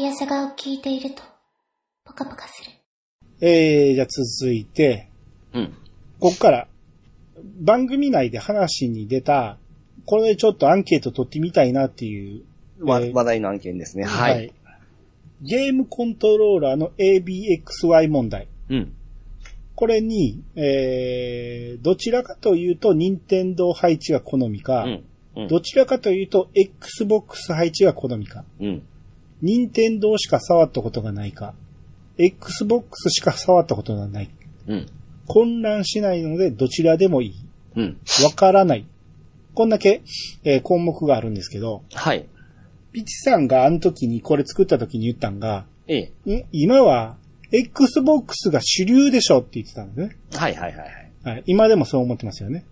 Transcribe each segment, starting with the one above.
やさがを聞いていると、ポカポカする。 じゃあ続いて、 うん。 こっから、番組内で話に出た、これでちょっとアンケート取ってみたいなっていう。 話題の案件ですね。はい。 ゲームコントローラーの ABXY 問題。 うん。 これに、どちらかというと、任天堂配置が好みか、どちらかというと、Xbox 配置が好みか、任天堂しか触ったことがないか、Xbox しか触ったことがない。混乱しないので、どちらでもいい。わからない。こんだけ、項目があるんですけど、 はい。 ピチさんがあの時にこれ作った時に言ったんが、今は、Xbox が主流でしょって言ってたんですね。はい。今でもそう思ってますよね。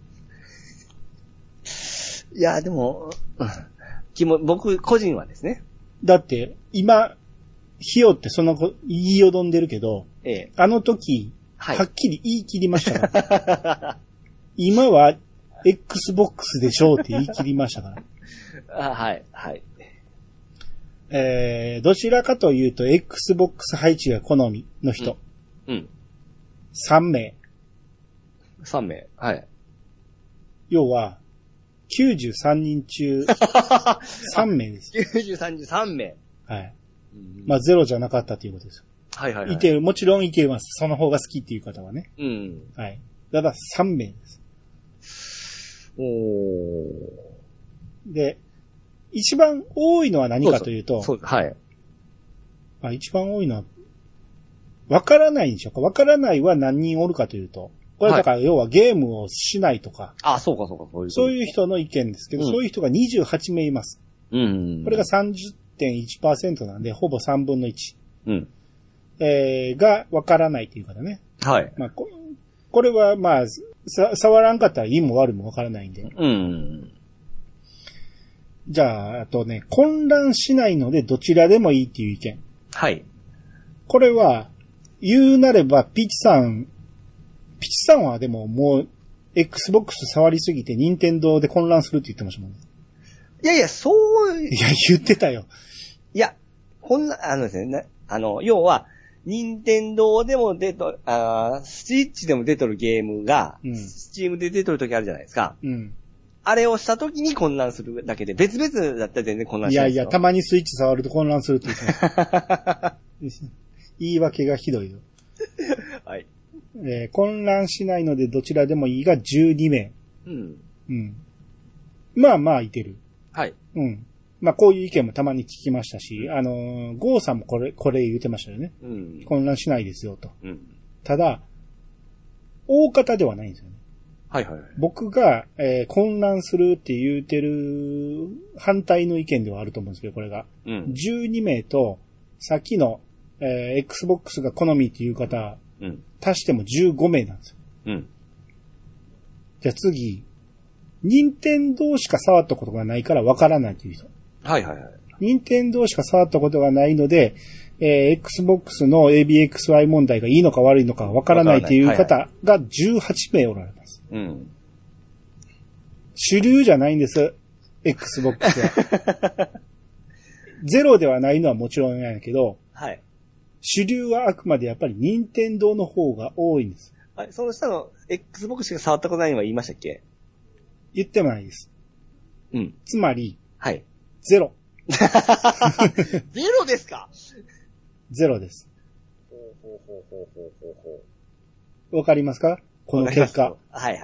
いや、でも、僕個人はですね。 だって、今、ひよってその子言いよどんでるけど、あの時、はっきり言い切りましたから。今は Xbox でしょうって言い切りましたから。 はい。 どちらかというと Xbox 配置が好みの人。3名。 3名。はい。 要は、93人中3名です。 93人3名。 はい。まあゼロじゃなかったということです。いてる、もちろんいてます。その方が好きっていう方はね。はい。ただ3名です。で、一番多いのは何かというと、 はい。 一番多いのは、わからないんでしょうか。わからないは何人おるかというと、これだから要はゲームをしないとか。 そうか。 そういう人の意見ですけど、そういう人が28名います。これが 30.1% なんで、ほぼ3分の1。がわからないという方ね。 はい。 まあ、これはまあ、触らんかったらいいも悪いもわからないんで。じゃあ、あとね、混乱しないのでどちらでもいいっていう意見。 はい。 これは、言うなれば、ピチさんはでももう、Xbox 触りすぎて任天堂で混乱するって言ってましたもんね。 いや、 言ってたよ。 いや、ですね、要は、任天堂でもスイッチでも出とるゲームが、スチームで出とる時あるじゃないですか。あれをした時に混乱するだけで、別々だったら全然混乱しないですよ。 いや、たまにスイッチ触ると混乱するって言ってます。言い訳がひどいよ。 はい。 混乱しないのでどちらでもいいが12名。まあまあいてる。 はい。 まあこういう意見もたまに聞きましたし、ゴーさんもこれ言ってましたよね。混乱しないですよと。ただ、大方ではないんですよね。僕が、混乱するって言うてる反対の意見ではあると思うんですけど、これが。12名と、さっきの、Xbox が好みっていう方、足しても15名なんですよ。じゃあ次、任天堂しか触ったことがないからわからないという人。任天堂しか触ったことがないので、Xbox の ABXY 問題がいいのか悪いのかわからないという方が18名おられます。主流じゃないんです。Xbox は。ゼロではないのはもちろんなんやけど、主流はあくまでやっぱり任天堂の方が多いんです。 その下の Xbox しか触ったことないのは言いましたっけ？ 言ってもないです。つまり、ゼロ。 ゼロですか？ ゼロです。わかりますか？この結果。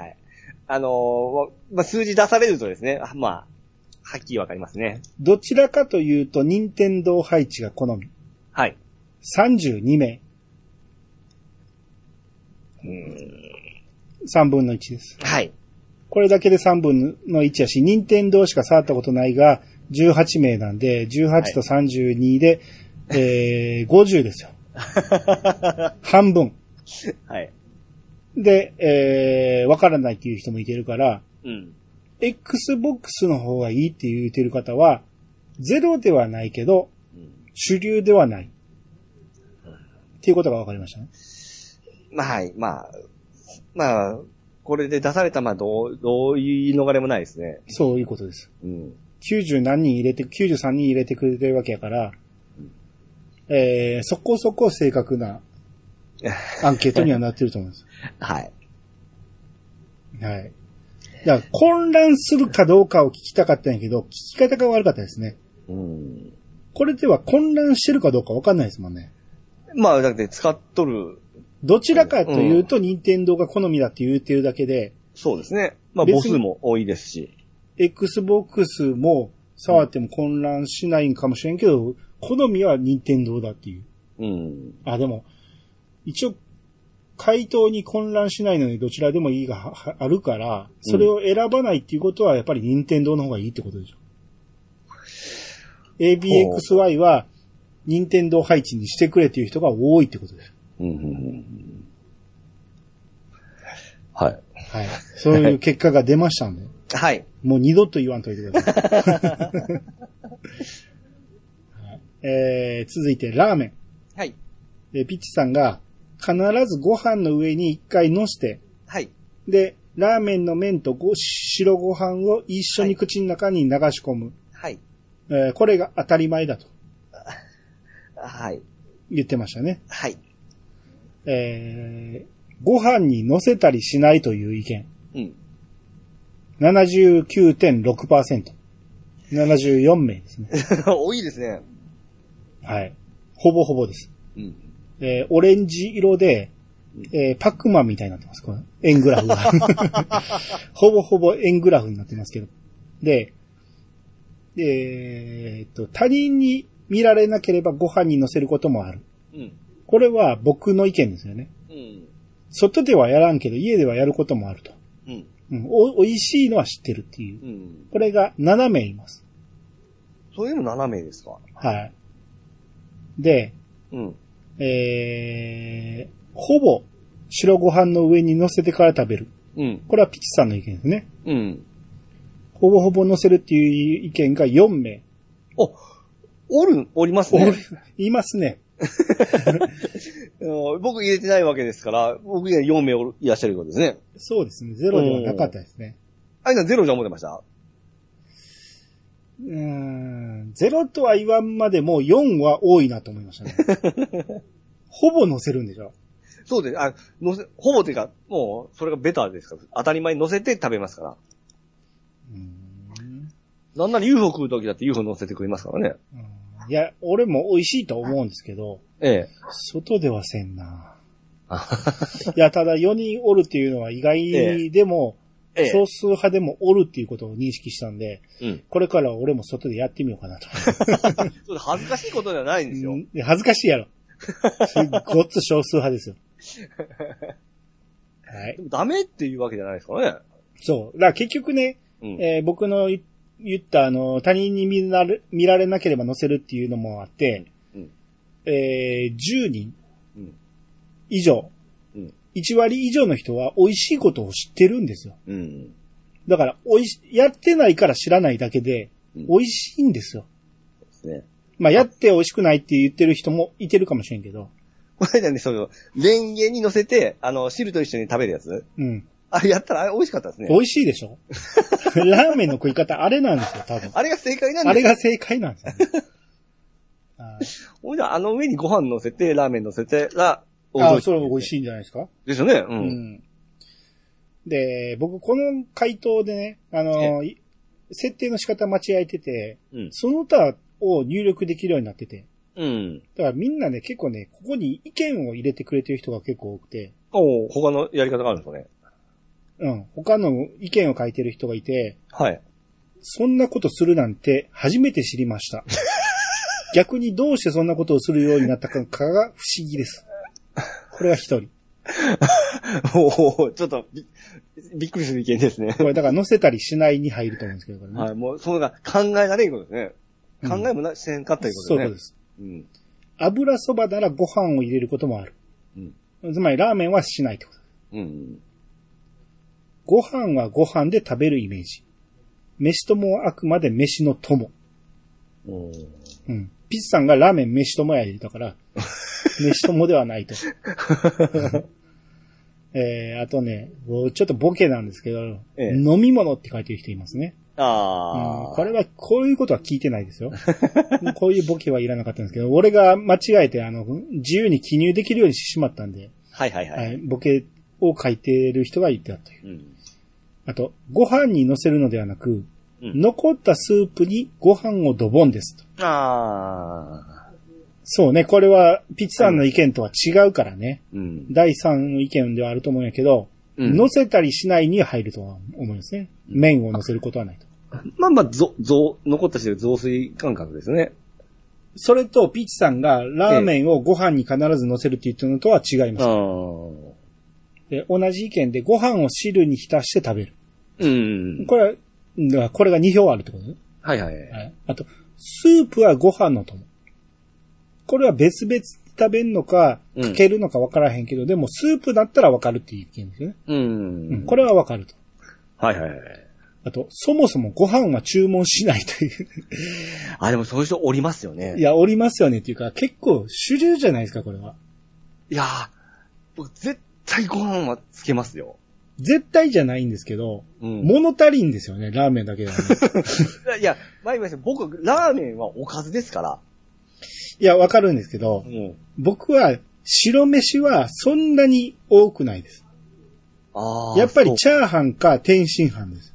数字出されるとですね、はっきりわかりますね。 どちらかというと、任天堂配置が好み。32名。3分の1です。これだけで3分の1やし、任天堂しか触ったことないが、18名なんで、18と32で、50ですよ。半分。で、わからないっていう人もいてるから、Xbox の方がいいって言ってる方は、ゼロではないけど、主流ではない。っていうことが分かりましたね。 これで出されたどういう逃れもないですね。 そういうことです。90何人93人入れてくれてるわけやから、 そこそこ正確なアンケートにはなってると思うんです。 はい。 はい。だから混乱するかどうかを聞きたかったんやけど、聞き方が悪かったですね。これでは混乱してるかどうかわかんないですもんね。 まあ、だって使っとる。 どちらかというと、任天堂が好みだって言ってるだけで。 そうですね。まあ、母数も多いですし。 Xbox も触っても混乱しないんかもしれんけど、好みは任天堂だっていう。でも、一応、回答に混乱しないのにどちらでもいいがあるから、それを選ばないっていうことはやっぱり任天堂の方がいいってことでしょ。ABXY は任天堂配置にしてくれっていう人が多いってことです。 はい。 はい。そういう結果が出ましたんで。 はい。 もう二度と言わんといてください。続いてラーメン。 はい。 ピッチさんが必ずご飯の上に一回乗せて、 はい。 で、ラーメンの麺と白ご飯を一緒に口の中に流し込む。 はい。 これが当たり前だと。 はい。 言ってましたね。 はい。 ご飯に乗せたりしないという意見。79.6%。74名ですね。 多いですね。 はい。ほぼほぼです。オレンジ色で、パックマンみたいになってます。この円グラフが。ほぼほぼ円グラフになってますけど。で、他人に見られなければご飯に乗せることもある。これは僕の意見ですよね。外ではやらんけど家ではやることもあると。美味しいのは知ってるっていう。これが7名います。 そういうの7名ですか？ はい。で、ほぼ白ご飯の上に乗せてから食べる。これはピッチさんの意見ですね。ほぼほぼ乗せるっていう意見が4名。おりますね。いますね。 僕入れてないわけですから、僕には4名いらっしゃることですね。 そうですね。ゼロではなかったですね。 あれなゼロじゃ思ってました？ ゼロとは言わんまでも4は多いなと思いましたね。ほぼ乗せるんでしょ？ そうです。ほぼというか、もう、それがベターですから。当たり前に乗せて食べますから。なんなら UFO 食うときだって UFO 乗せて食いますからね。 いや、俺も美味しいと思うんですけど、外ではせんな。いや、ただ4人おるっていうのは意外でも、少数派でもおるっていうことを認識したんで、これからは俺も外でやってみようかなと。 それ恥ずかしいことではないんですよ。 恥ずかしいやろ。ごっつ少数派ですよ。はい。 でもダメっていうわけじゃないですからね。 そう。だから結局ね、僕の言った他人に見られなければ乗せるっていうのもあって、10人以上、1割以上の人は美味しいことを知ってるんですよ。だからやってないから知らないだけで、美味しいんですよ。 そうですね。 まあ、やって美味しくないって言ってる人もいてるかもしれんけど。 この間ね、レンゲに乗せて、汁と一緒に食べるやつ。あれやったら、あれ美味しかったですね。 美味しいでしょ？ラーメンの食い方、あれなんですよ、多分。 あれが正解なんですよ。 あれが正解なんですよ、ね。 ほいで、上にご飯乗せて、ラーメン乗せてら、 それも美味しいんじゃないですか？ ですよね。 で、僕、この回答でね、設定の仕方間違えてて、その他を入力できるようになってて。だからみんなね、結構ね、ここに意見を入れてくれてる人が結構多くて。 他のやり方があるんですかね。 他の意見を書いてる人がいて。 はい。 そんなことするなんて初めて知りました。逆にどうしてそんなことをするようになったかが不思議です。これは一人。 ちょっとびっくりする意見ですね。 これだから乗せたりしないに入ると思うんですけど、ね、 はい、もうそれが考えられんことですね。考えもせんかったいうことですね。 そうです。油そばならご飯を入れることもある。つまりラーメンはしないってことです。ご飯はご飯で食べるイメージ。飯ともはあくまで飯の友。ピッチさんがラーメン飯友や言うたから、飯友ではないと。あとね、ちょっとボケなんですけど、飲み物って書いてる人いますね。 これは、こういうことは聞いてないですよ。こういうボケはいらなかったんですけど、俺が間違えて、自由に記入できるようにしてしまったんで。 はいはいはい。 ボケを書いてる人がいたという。あと、ご飯に乗せるのではなく、残ったスープにご飯をドボンですと。そうね、これは、ピッチさんの意見とは違うからね。第3の意見ではあると思うんやけど、乗せたりしないに入るとは思いますね。麺を乗せることはないと。 残ったしてる雑炊感覚ですね。 それと、ピッチさんがラーメンをご飯に必ず乗せるって言ってるのとは違います。で、同じ意見でご飯を汁に浸して食べる。これが2票あるってことね。はいはい。あと、スープはご飯の友。これは別々食べんのか、かけるのか分からへんけど、でもスープだったら分かるっていう意見ですよね。これは分かると。はいはいはい。あと、そもそもご飯は注文しないという。 でもそういう人おりますよね。 いや、おりますよねっていうか、結構主流じゃないですか、これは。いや僕絶対ご飯はつけますよ。 絶対じゃないんですけど、物足りんですよね、ラーメンだけではね。 いや、僕、ラーメンはおかずですから。 いや、わかるんですけど、僕は白飯はそんなに多くないです。やっぱりチャーハンか天津飯です。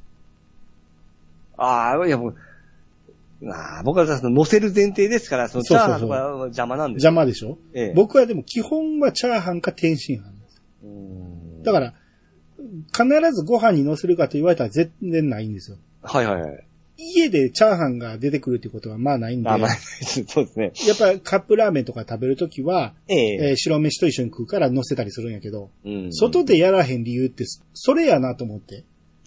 いや、僕は乗せる前提ですから、そのチャーハンとか邪魔なんです。 邪魔でしょ、僕はでも基本はチャーハンか天津飯です。だから、必ずご飯に乗せるかと言われたら全然ないんですよ。はいはいはい。家でチャーハンが出てくるってことはまあないんで。 そうですね。 やっぱりカップラーメンとか食べるときは、白飯と一緒に食うから乗せたりするんやけど、外でやらへん理由って、それやなと思って。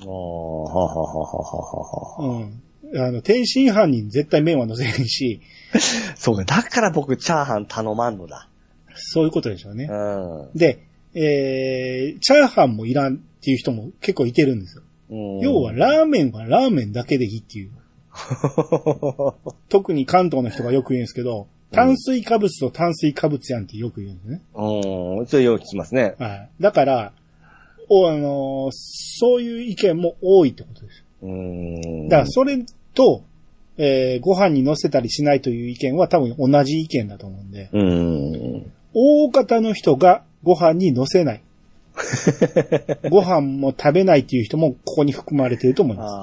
天津飯に絶対麺は乗せへんし。 そうか、だから僕チャーハン頼まんのだ。 そういうことでしょうね。で、チャーハンもいらんっていう人も結構いてるんですよ。要はラーメンはラーメンだけでいいっていう。特に関東の人がよく言うんですけど、炭水化物と炭水化物やんってよく言うんですね。 それよく聞きますね。 はい。だから、そういう意見も多いってことです。だからそれと、ご飯に乗せたりしないという意見は多分同じ意見だと思うんで、大方の人がご飯に乗せない。ご飯も食べないっていう人もここに含まれていると思います。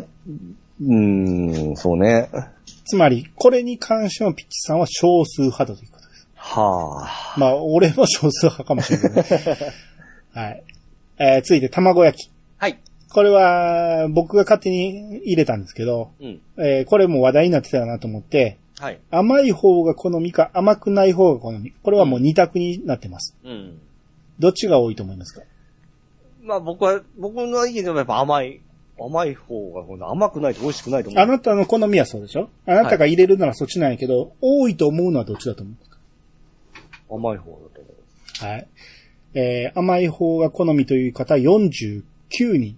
そうね。 つまり、これに関してのピッチさんは少数派だということです。まあ、俺も少数派かもしれない、ね。はい。続いて、卵焼き。はい。これは、僕が勝手に入れたんですけど、これも話題になってたなと思って、はい。甘い方が好みか甘くない方が好み。これはもう二択になってます。どっちが多いと思いますか？ まあ僕の意見でもやっぱ甘い方が甘くないと美味しくないと思う。 あなたの好みはそうでしょ？あなたが入れるならそっちなんやけど、多いと思うのはどっちだと思うんですか？ 甘い方だと思う。 はい。甘い方が好みという方49人。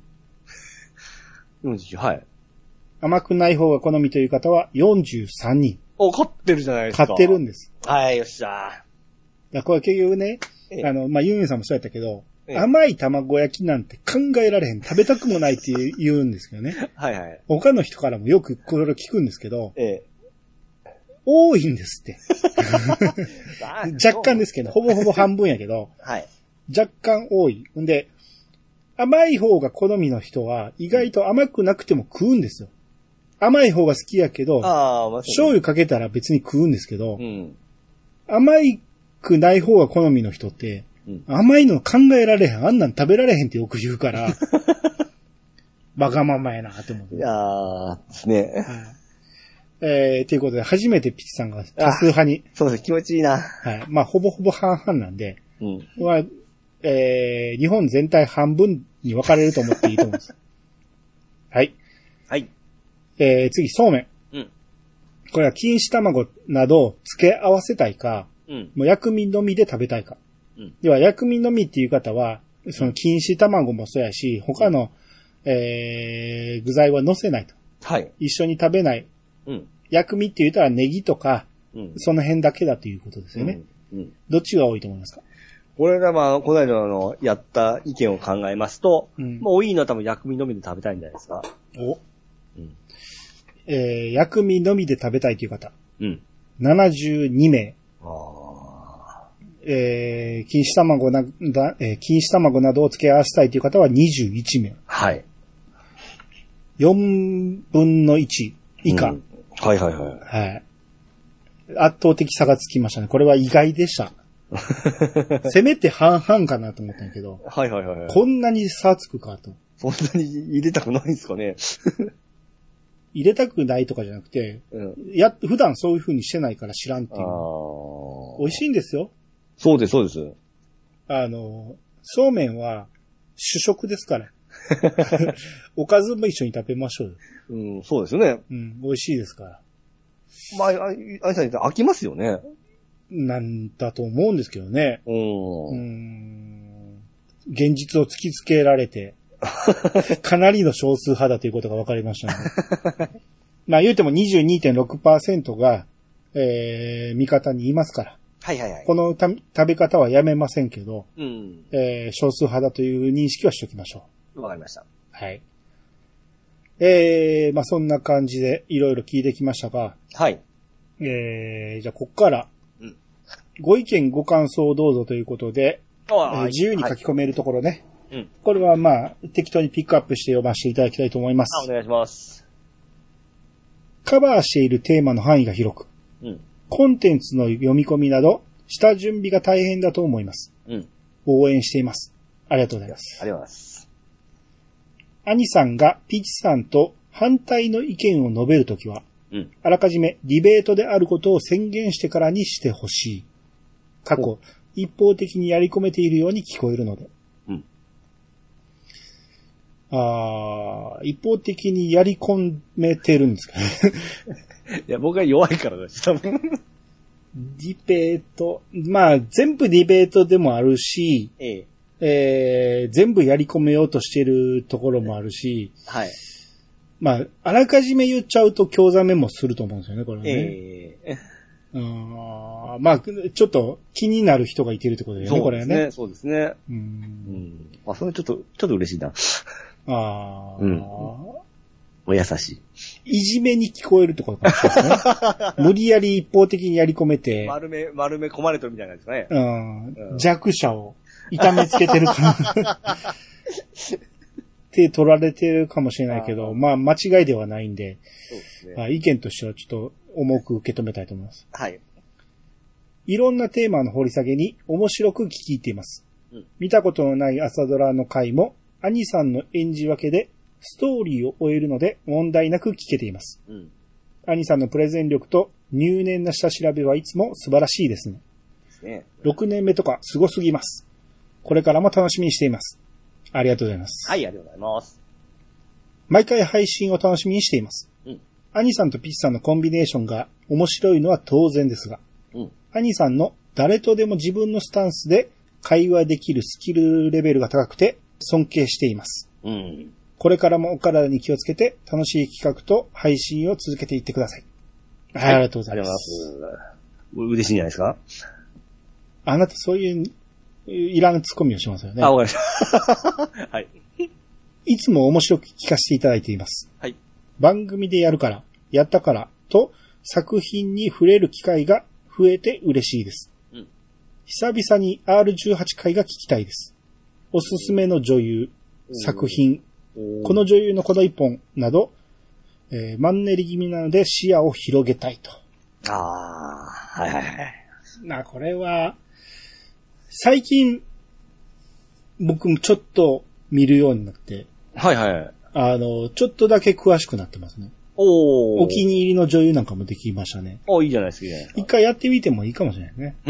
はい。 甘くない方が好みという方は43人。 勝ってるじゃないですか。 勝ってるんです。 はい、よっしゃー。これ結局ね、まあ、ユンユンさんもそうやったけど、甘い卵焼きなんて考えられへん、食べたくもないって言うんですけどね。はいはい。他の人からもよくこれを聞くんですけど、多いんですって。若干ですけど、ほぼほぼ半分やけど、はい。若干多い。んで、甘い方が好みの人は意外と甘くなくても食うんですよ。甘い方が好きやけど、醤油かけたら別に食うんですけど、甘くない方が好みの人って、甘いの考えられへん、あんなん食べられへんってよく言うから、わがままやなって思う。 いやー、ですね。 ということで、初めてピチさんが多数派に。 そうです、気持ちいいな。 はい。まあ、ほぼほぼ半々なんで、日本全体半分に分かれると思っていいと思うんです。はい。はい。次、そうめん。これは錦糸卵など付け合わせたいか、もう薬味のみで食べたいか。では、薬味のみっていう方は、その錦糸卵もそうやし、他の、具材は乗せないと。はい。一緒に食べない。薬味って言ったらネギとか、その辺だけだということですよね。どっちが多いと思いますか？ 俺らは、この間やった意見を考えますと、もう多いのは多分薬味のみで食べたいんじゃないですか。 薬味のみで食べたいという方。72名。錦糸卵などを付け合わせたいという方は21名。 はい。 4分の1以下。 はいはいはい。 はい。圧倒的差がつきましたね。これは意外でした。せめて半々かなと思ったんだけど。 はいはいはい。 こんなに差つくかと。 そんなに入れたくないんですかね。 入れたくないとかじゃなくて、普段そういう風にしてないから知らんっていう。美味しいんですよ。 そうです、そうです。 そうめんは主食ですから。おかずも一緒に食べましょうよ。そうですね。 美味しいですから。 まあ、あいさん言ったら飽きますよね。 なんだと思うんですけどね。現実を突きつけられて、かなりの少数派だということが分かりましたね。まあ言うても 22.6% が、味方にいますから。 はいはいはい。 この食べ方はやめませんけど、少数派だという認識はしておきましょう。わかりました。 はい。まあそんな感じでいろいろ聞いてきましたが、 はい。 じゃあこっから、ご意見ご感想をどうぞということで、自由に書き込めるところね。これはまあ、適当にピックアップして読ませていただきたいと思います。 お願いします。 カバーしているテーマの範囲が広く、コンテンツの読み込みなど、下準備が大変だと思います。応援しています。ありがとうございます。 ありがとうございます。 兄さんがピーチさんと反対の意見を述べるときは、あらかじめディベートであることを宣言してからにしてほしい。過去、一方的にやり込めているように聞こえるので。一方的にやり込めてるんですかね。 いや、僕は弱いからだし、多分。 ディベート、まあ、全部ディベートでもあるし、全部やり込めようとしてるところもあるし、 はい。 まあ、あらかじめ言っちゃうと興ざめもすると思うんですよね、これはね。まあ、ちょっと気になる人がいてるってことだよね、これはね。 そうですね。あ、それちょっと嬉しいな。お優しい。いじめに聞こえるってことかもしれないですね。無理やり一方的にやり込めて。 丸め込まれてるみたいなんですかね。 弱者を痛めつけてるかって取られてるかもしれないけど、まあ間違いではないんで、そうですね、意見としてはちょっと重く受け止めたいと思います。 はい。 いろんなテーマの掘り下げに面白く聞き入っています。見たことのない朝ドラの回も、兄さんの演じ分けでストーリーを終えるので問題なく聞けています。兄さんのプレゼン力と入念な下調べはいつも素晴らしいですね。6年目とかすごすぎます。これからも楽しみにしています。ありがとうございます。 はい、ありがとうございます。 毎回配信を楽しみにしています。兄さんとピッチさんのコンビネーションが面白いのは当然ですが、兄さんの誰とでも自分のスタンスで会話できるスキルレベルが高くて尊敬しています。これからもお体に気をつけて楽しい企画と配信を続けていってください。はい、ありがとうございます。 ありがとうございます。嬉しいんじゃないですか？ あなたそういういらんツッコミをしますよね。 わかりました。はい。 いつも面白く聞かせていただいています。 はい。 番組でやるから、やったからと作品に触れる機会が増えて嬉しいです。久々に R18 回が聞きたいです。おすすめの女優、作品、この女優のこの一本など、マンネリ気味なので視野を広げたいと。 はいはいはい。 これは、最近、僕もちょっと見るようになって。 はいはい。 ちょっとだけ詳しくなってますね。お気に入りの女優なんかもできましたね。 いいじゃないですか、いいじゃないですか。 一回やってみてもいいかもしれないね。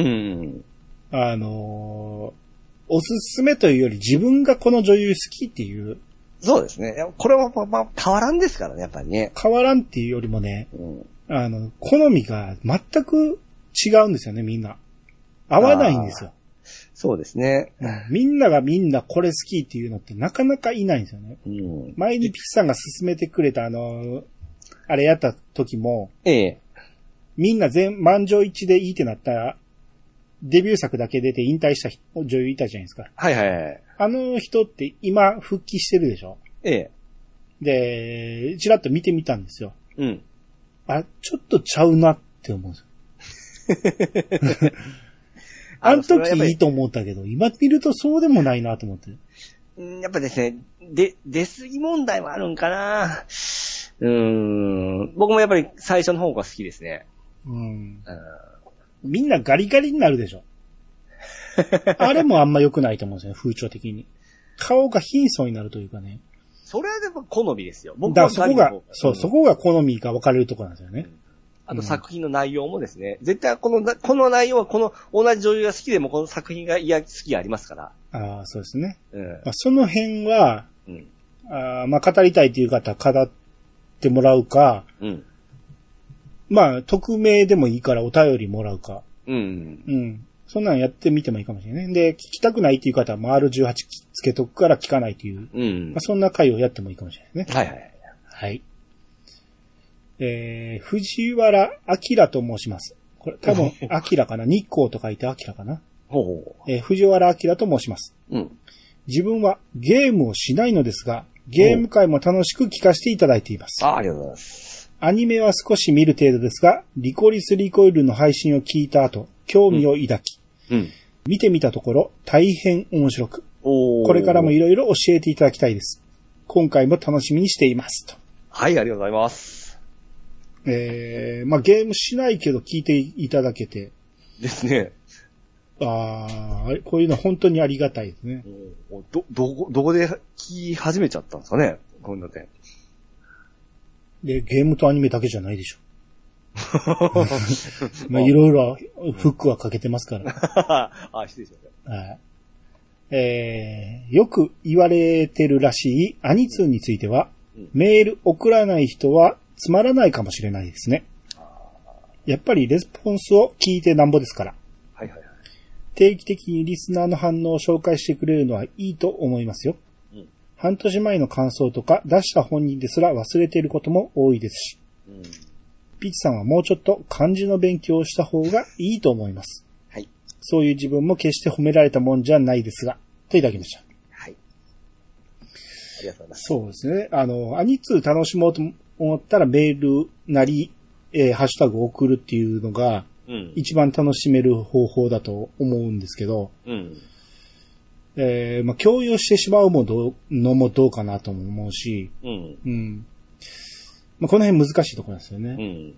おすすめというより自分がこの女優好きっていう。 そうですね。これはまあ変わらんですからね、やっぱりね。 変わらんっていうよりもね、好みが全く違うんですよね、みんな。合わないんですよ。 そうですね。 みんながみんなこれ好きっていうのってなかなかいないんですよね。前にピッさんが勧めてくれたあれやった時も、みんな満場一致でいいってなったデビュー作だけ出て引退した女優いたじゃないですか。 はいはいはい。 あの人って今復帰してるでしょ？ ええ。 で、ちらっと見てみたんですよ。 うん。 あ、ちょっとちゃうなって思うんですよ。あの時いいと思ったけど、今見るとそうでもないなと思って。 やっぱですね、出過ぎ問題はあるんかな。僕もやっぱり最初の方が好きですね。 みんなガリガリになるでしょ。あれもあんま良くないと思うんですよね、風潮的に。顔が貧相になるというかね。 それはでも好みですよ。 僕はそこが、そこが好みが分かれるところなんですよね。 あと作品の内容もですね、絶対この内容はこの同じ女優が好きでもこの作品が好きありますから。 ああ、そうですね。その辺は、語りたいという方は語ってもらうか、匿名でもいいからお便りもらうか。そんなんやってみてもいいかもしれないね。で、聞きたくないっていう方は、R18 つけとくから聞かないという。そんな回をやってもいいかもしれないね。 はいはい。 はい。藤原明と申します。これ多分、明かな日光と書いて明かな藤原明と申します。自分はゲームをしないのですが、ゲーム会も楽しく聞かせていただいています。 ありがとうございます。 アニメは少し見る程度ですが、リコリスリコイルの配信を聞いた後、興味を抱き、見てみたところ大変面白く、これからもいろいろ教えていただきたいです。今回も楽しみにしていますと。 はい、ありがとうございます。 ゲームしないけど聞いていただけて。 ですね。 こういうの本当にありがたいですね。 どこで聞き始めちゃったんですかね、こういうので。 で、ゲームとアニメだけじゃないでしょ。いろいろフックはかけてますから。 失礼しました。 よく言われてるらしいアニツーについては、メール送らない人はつまらないかもしれないですね。やっぱりレスポンスを聞いてなんぼですから。定期的にリスナーの反応を紹介してくれるのはいいと思いますよ。半年前の感想とか出した本人ですら忘れていることも多いですし。ピッチさんはもうちょっと漢字の勉強をした方がいいと思います。 はい。 そういう自分も決して褒められたもんじゃないですが、といただきました。 はい。ありがとうございます。 そうですね。アニツー楽しもうと思ったらメールなり、ハッシュタグを送るっていうのが、一番楽しめる方法だと思うんですけど、強要してしまうのもどうかなとも思うし、この辺難しいところですよね。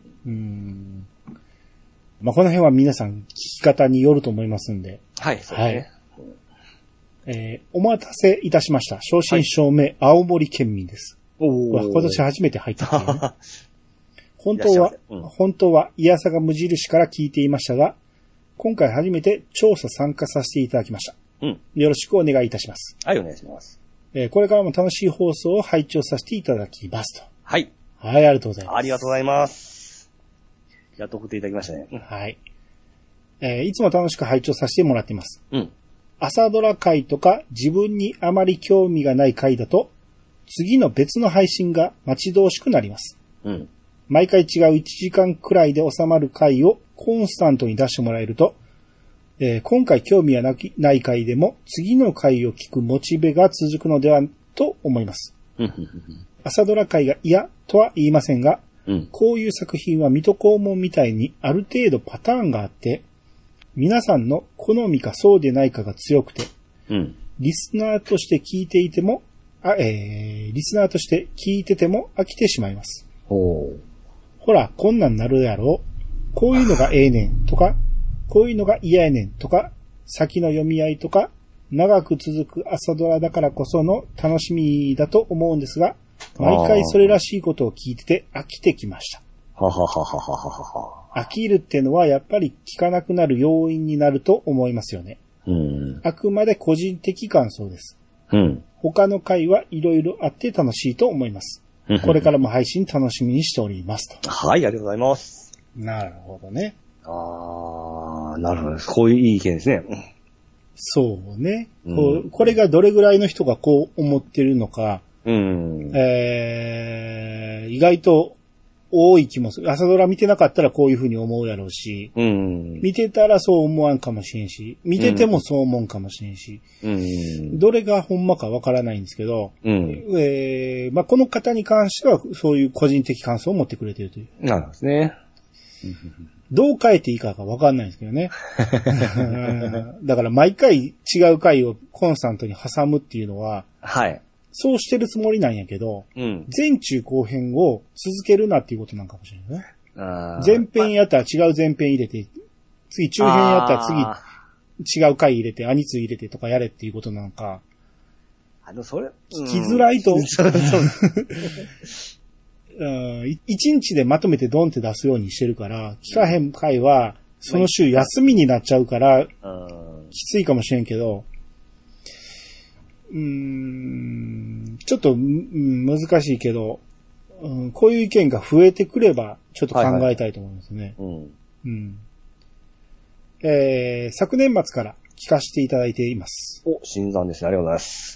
この辺は皆さん聞き方によると思いますんで。 はい、そうですね。お待たせいたしました。正真正銘、青森県民です。今年初めて入ったっていうね。本当は、いやさが無印から聞いていましたが、今回初めて調査参加させていただきました。よろしくお願いいたします。 はい、お願いします。 これからも楽しい放送を拝聴させていただきますと。 はい。 はい、ありがとうございます。 ありがとうございます。やっと送っていただきましたね。 はい。いつも楽しく拝聴させてもらっています。朝ドラ回とか自分にあまり興味がない回だと、次の別の配信が待ち遠しくなります。毎回違う1時間くらいで収まる回をコンスタントに出してもらえると、今回興味がない回でも次の回を聞くモチベが続くのではと思います。朝ドラ回が嫌とは言いませんが、こういう作品は水戸黄門みたいにある程度パターンがあって、皆さんの好みかそうでないかが強くて、リスナーとして聞いていても、リスナーとして聞いてても飽きてしまいます。ほら、こんなんなるやろ。こういうのがええねんとか、こういうのが嫌やねんとか、先の読み合いとか、長く続く朝ドラだからこその楽しみだと思うんですが、毎回それらしいことを聞いてて飽きてきました。飽きるってのはやっぱり聞かなくなる要因になると思いますよね。あくまで個人的感想です。他の回はいろいろあって楽しいと思います。これからも配信楽しみにしておりますと。 はい、ありがとうございます。 なるほどね。 なるほど。こういういい意見ですね。 そうね。これがどれぐらいの人がこう思ってるのか、意外と多い気もする。朝ドラ見てなかったらこういう風に思うやろうし、見てたらそう思わんかもしれんし、見ててもそう思うんかもしれんし、どれがほんまかわからないんですけど、まあ、この方に関してはそういう個人的感想を持ってくれているという。 なるほどですね。 どう変えていいかわかんないんですけどね。だから毎回違う回をコンスタントに挟むっていうのは、 はい。 そうしてるつもりなんやけど、前中後編を続けるなっていうことなんかもしれないね。前編やったら違う前編入れて、次中編やったら次違う回入れて、アニツ入れてとかやれっていうことなんか、 それ、 聞きづらいと、一日でまとめてドンって出すようにしてるから、聞かへん回は、その週休みになっちゃうから、きついかもしれんけど、ちょっと、難しいけど、こういう意見が増えてくれば、ちょっと考えたいと思いますね。昨年末から聞かせていただいています。 新参ですね。ありがとうございます。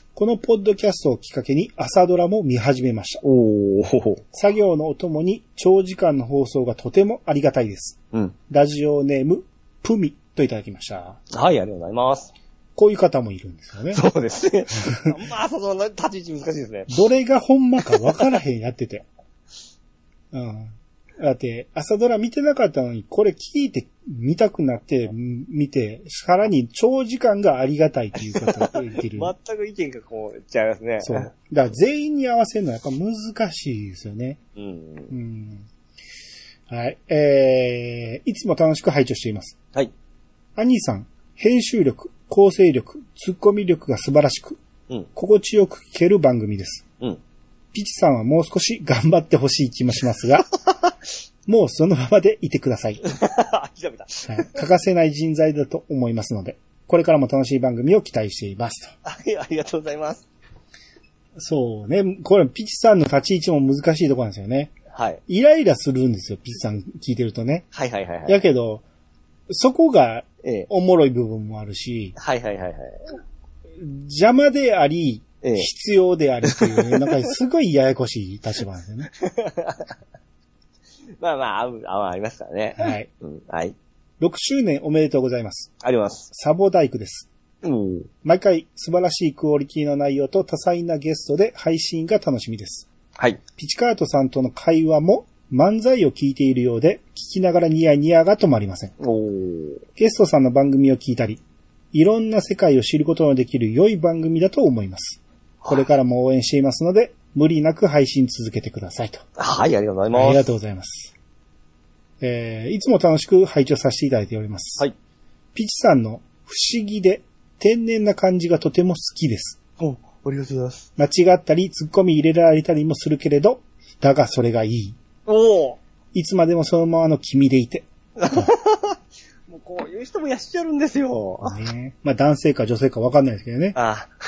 このポッドキャストをきっかけに朝ドラも見始めました。作業のお供に長時間の放送がとてもありがたいです。ラジオネーム、プミといただきました。 はい、ありがとうございます。 こういう方もいるんですよね。 そうですね。まあ、その立ち位置難しいですね。 どれがほんまか分からへんやってて。だって、朝ドラ見てなかったのに、これ聞いて見たくなって見て、さらに長時間がありがたいということができる。 全く意見がこう、違いますね。 そう。だから全員に合わせるのはやっぱ難しいですよね。はい。いつも楽しく拝聴しています。 はい。 アニーさん、編集力、構成力、ツッコミ力が素晴らしく、心地よく聞ける番組です。ピチさんはもう少し頑張ってほしい気もしますが、もうそのままでいてください。 諦めた。 欠かせない人材だと思いますので、これからも楽しい番組を期待していますと。 はい、ありがとうございます。 そうね。これ、ピチさんの立ち位置も難しいところなんですよね。 はい。 イライラするんですよ、ピチさん聞いてるとね。 はい。 やけど、そこが、おもろい部分もあるし、 はい。 邪魔であり、必要でありという、なんかすごいややこしい立場なんですよね。 まあ、ありますからね。 はい。 はい。 6周年おめでとうございます。 あります。 サボ大工です。毎回素晴らしいクオリティの内容と多彩なゲストで配信が楽しみです。 はい。 ピチカートさんとの会話も漫才を聞いているようで、聞きながらニヤニヤが止まりません。ゲストさんの番組を聞いたり、いろんな世界を知ることのできる良い番組だと思います。これからも応援していますので、無理なく配信続けてくださいと。 はい、ありがとうございます。 ありがとうございます。いつも楽しく拝聴させていただいております。 はい。 ピチさんの不思議で天然な感じがとても好きです。 ありがとうございます。 間違ったり、突っ込み入れられたりもするけれど、だがそれがいい。いつまでもそのままの君でいて。 もうこういう人もいらっしゃるんですよ。 ね、まあ男性か女性か分かんないですけどね。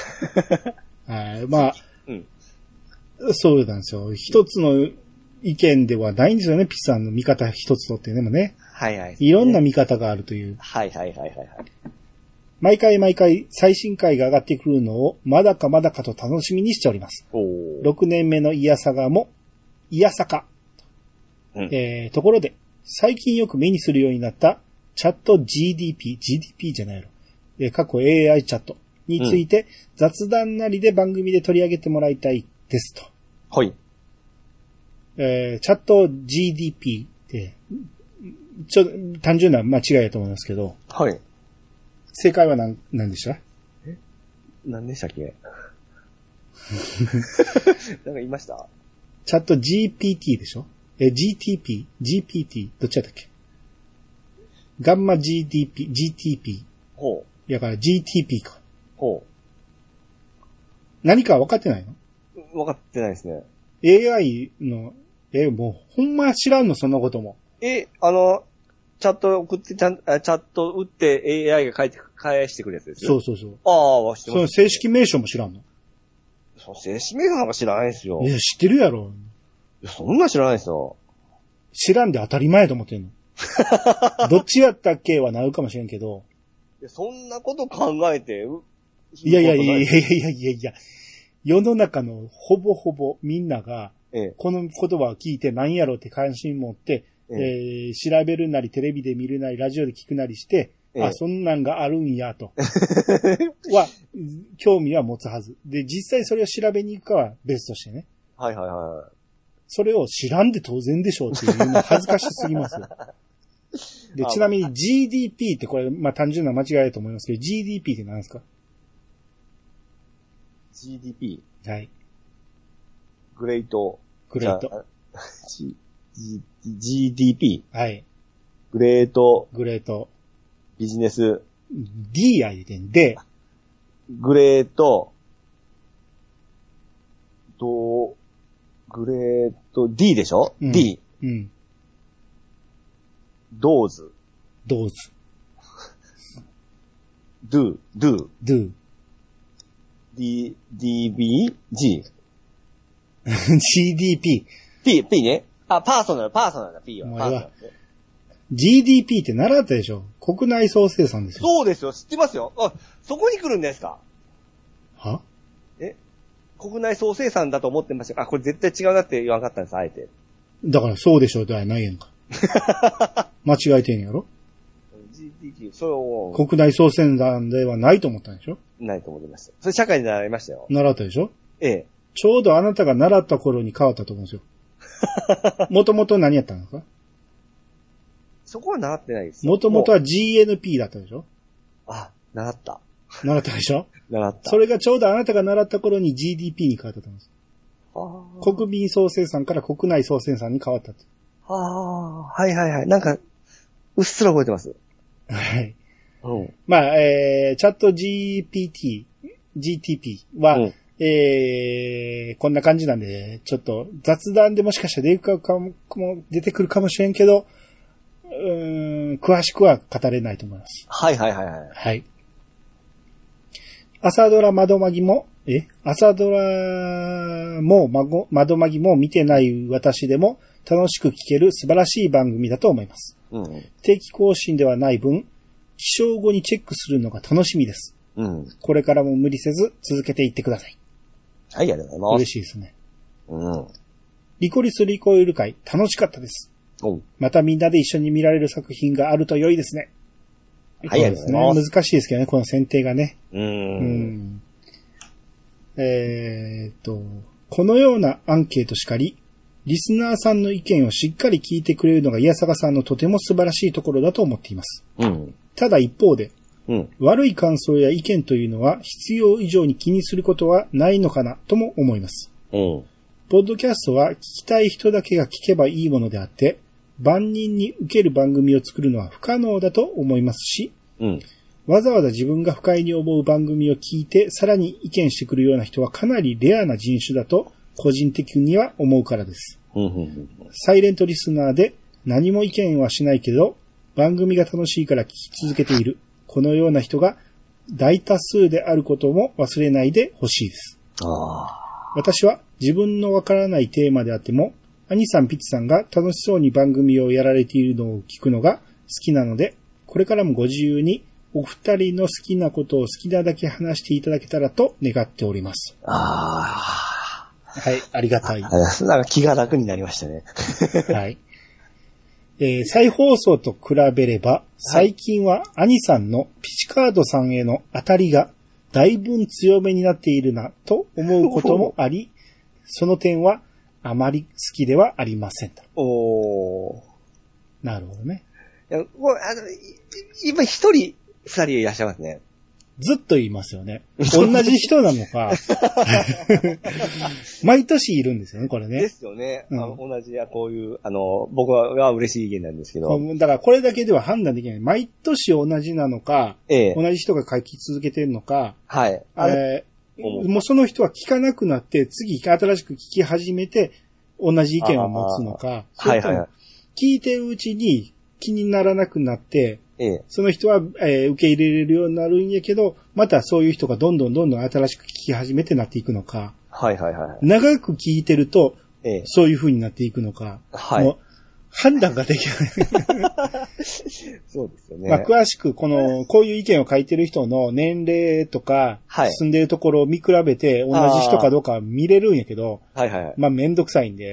まあ、そうなんですよ。一つの意見ではないんですよね、ピチさんの見方一つとってでもね。いろんな見方があるという。毎回最新回が上がってくるのをまだかと楽しみにしております。6年目のイヤサカ。ところで、最近よく目にするようになったチャット GDP じゃないやろ。過去 AI チャットについて雑談なりで番組で取り上げてもらいたいですと。 はい。 チャット GDP って、単純な間違いだと思いますけど。 はい。 正解は何でした？ 何でしたっけ？なんか言いました？ チャット GPT でしょ？GPT、どっちだったっけ？ガンマ GTP。 ほう。やから GTP か。 ほう。何か分かってないの？ 分かってないですね。 AI の、もう、ほんま知らんの、そんなことも。 チャット送って、チャット打って AI が返してくるやつですよ。 そう。 知ってます。 その正式名称も知らんの？ 正式名称なんか知らないですよ。 知ってるやろ。 そんな知らないですよ。 知らんで当たり前と思ってんの。どっちやったっけはなるかもしれんけど。 そんなこと考えて、 いや。世の中のほぼみんながこの言葉を聞いて何やろうって関心持って、調べるなりテレビで見るなりラジオで聞くなりして、そんなんがあるんやと。は、興味は持つはず。で、実際それを調べに行くかは別としてね。 はいはいはい。 それを知らんで当然でしょうっていうの恥ずかしすぎますよ。で、ちなみに GDP ってこれ、まあ単純な間違いだと思いますけど、GDP って何ですか？ GDP。 はい。 グレート。GDP。 はい。 グレート。ビジネス。 D や言うてんで。 グレート。グレート D でしょ、 うん、 ?D。 うん。 ドーズ。 do。 DB? G。 GDP。 P ね。パーソナルだ、P は。 GDP って習ったでしょ？国内総生産ですよ。 そうですよ、知ってますよ。そこに来るんですか？ は？ 国内総生産だと思ってました。これ絶対違うなって言わなかったんです、あえて。 だからそうでしょうではないやんか。間違えてんやろ？ GDP、そう。 国内総生産ではないと思ったんでしょ？ ないと思いました。それ社会で習いましたよ。 習ったでしょ？ ええ。 ちょうどあなたが習った頃に変わったと思うんですよ。もともと何やったんですか？ そこは習ってないですよ。 もともとは GNP だったでしょ？ 習った。 習ったでしょ？ 習った。 それがちょうどあなたが習った頃に GDP に変わったと思うんです。国民総生産から国内総生産に変わったと。 はいはいはい。なんか、うっすら覚えてます。 はい。 うん。 まあ、チャット GTP は、こんな感じなんで、ちょっと雑談でもしかしたら出てくるかもしれんけど、詳しくは語れないと思います。 はいはいはいはい。 はい。朝ドラ窓まぎも窓まぎも見てない私でも楽しく聞ける素晴らしい番組だと思います。 うん、 定期更新ではない分、起床後にチェックするのが楽しみです。 うん、これからも無理せず続けていってください。 はい、ありがとうございます。 嬉しいですね。 うん。 リコリスリコイル会楽しかったです。またみんなで一緒に見られる作品があると良いですね。 はい、そうですね。 難しいですけどね、この選定がね。このようなアンケートしかり、リスナーさんの意見をしっかり聞いてくれるのがイヤサガさんのとても素晴らしいところだと思っています。 うん、 ただ一方で、悪い感想や意見というのは必要以上に気にすることはないのかなとも思います。ポッドキャストは聞きたい人だけが聞けばいいものであって、万人に受ける番組を作るのは不可能だと思いますし、わざわざ自分が不快に思う番組を聞いてさらに意見してくるような人はかなりレアな人種だと個人的には思うからです。サイレントリスナーで何も意見はしないけど番組が楽しいから聞き続けている。このような人が大多数であることも忘れないでほしいです。私は自分のわからないテーマであっても、兄さんピッチさんが楽しそうに番組をやられているのを聞くのが好きなので、これからもご自由にお二人の好きなことを好きなだけ話していただけたらと願っております。はい、ありがたい。 なんか気が楽になりましたね。 はい。再放送と比べれば、最近は兄さんのピチカードさんへの当たりがだいぶ強めになっているなと思うこともあり、その点はあまり好きではありませんと。なるほどね。 いや、今一人、二人いらっしゃいますね。 ずっと言いますよね。同じ人なのか。毎年いるんですよね、これね。 ですよね。同じこういう、僕は嬉しい意見なんですけど。 だからこれだけでは判断できない。毎年同じなのか、同じ人が書き続けてるのか、 はい。 もうその人は聞かなくなって、次新しく聞き始めて、同じ意見を持つのか、 はいはい。 聞いてるうちに気にならなくなって、その人は、受け入れれるようになるんやけど、またそういう人がどんどん新しく聞き始めてなっていくのか。 はいはいはい。 長く聞いてると、そういう風になっていくのか。 はい。 判断ができない。 そうですよね。 まあ、詳しく、こういう意見を書いてる人の年齢とか、住んでるところを見比べて、同じ人かどうか見れるんやけど、 はいはいはい。 まあ、めんどくさいんで、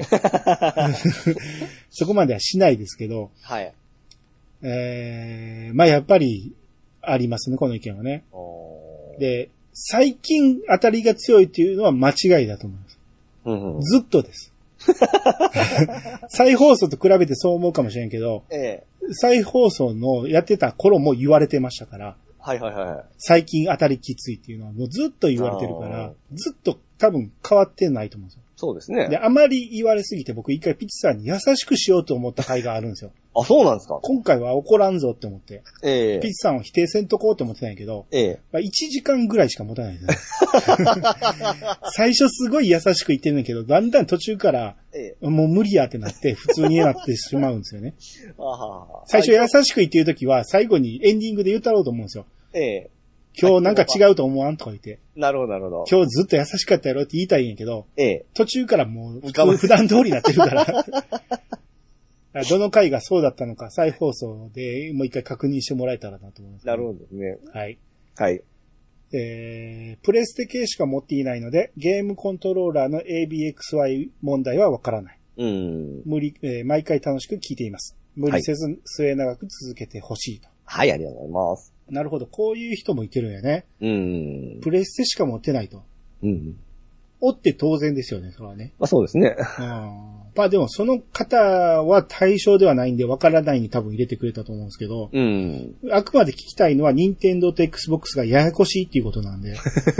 そこまではしないですけど、 はい。 まあ、やっぱり、ありますね、この意見はね。で、最近当たりが強いっていうのは間違いだと思います。うんうん、ずっとです。再放送と比べてそう思うかもしれんけど、再放送のやってた頃も言われてましたから、 はいはいはい。 最近当たりきついっていうのはもうずっと言われてるから、ずっと多分変わってないと思うんですよ。 そうですね。 で、あまり言われすぎて僕一回ピッチさんに優しくしようと思った回があるんですよ。 あ、そうなんですか？ 今回は怒らんぞって思って。ピッチさんを否定せんとこうって思ってたんやけど、まあ、1時間ぐらいしか持たないですね。最初すごい優しく言ってるんだけど、だんだん途中から、もう無理やってなって普通になってしまうんですよね。最初優しく言ってるときは最後にエンディングで言ったろうと思うんですよ。今日なんか違うと思わんとか言って。 なるほど、なるほど。 今日ずっと優しかったやろって言いたいんやけど、途中からもう普段通りになってるから。どの回がそうだったのか、再放送でもう一回確認してもらえたらなと思います、ね。 なるほどですね。 はい。 はい。 プレステ系しか持っていないので、ゲームコントローラーの ABXY 問題はわからない。毎回楽しく聞いています。無理せず末永く続けてほしいと。 はい、ありがとうございます。 なるほど。こういう人もいてるんやね。プレステしか持ってないと。おって当然ですよね、それはね。 まあそうですね。 まあでもその方は対象ではないんで分からないに多分入れてくれたと思うんですけど、あくまで聞きたいのは任天堂と Xbox がややこしいっていうことなんで。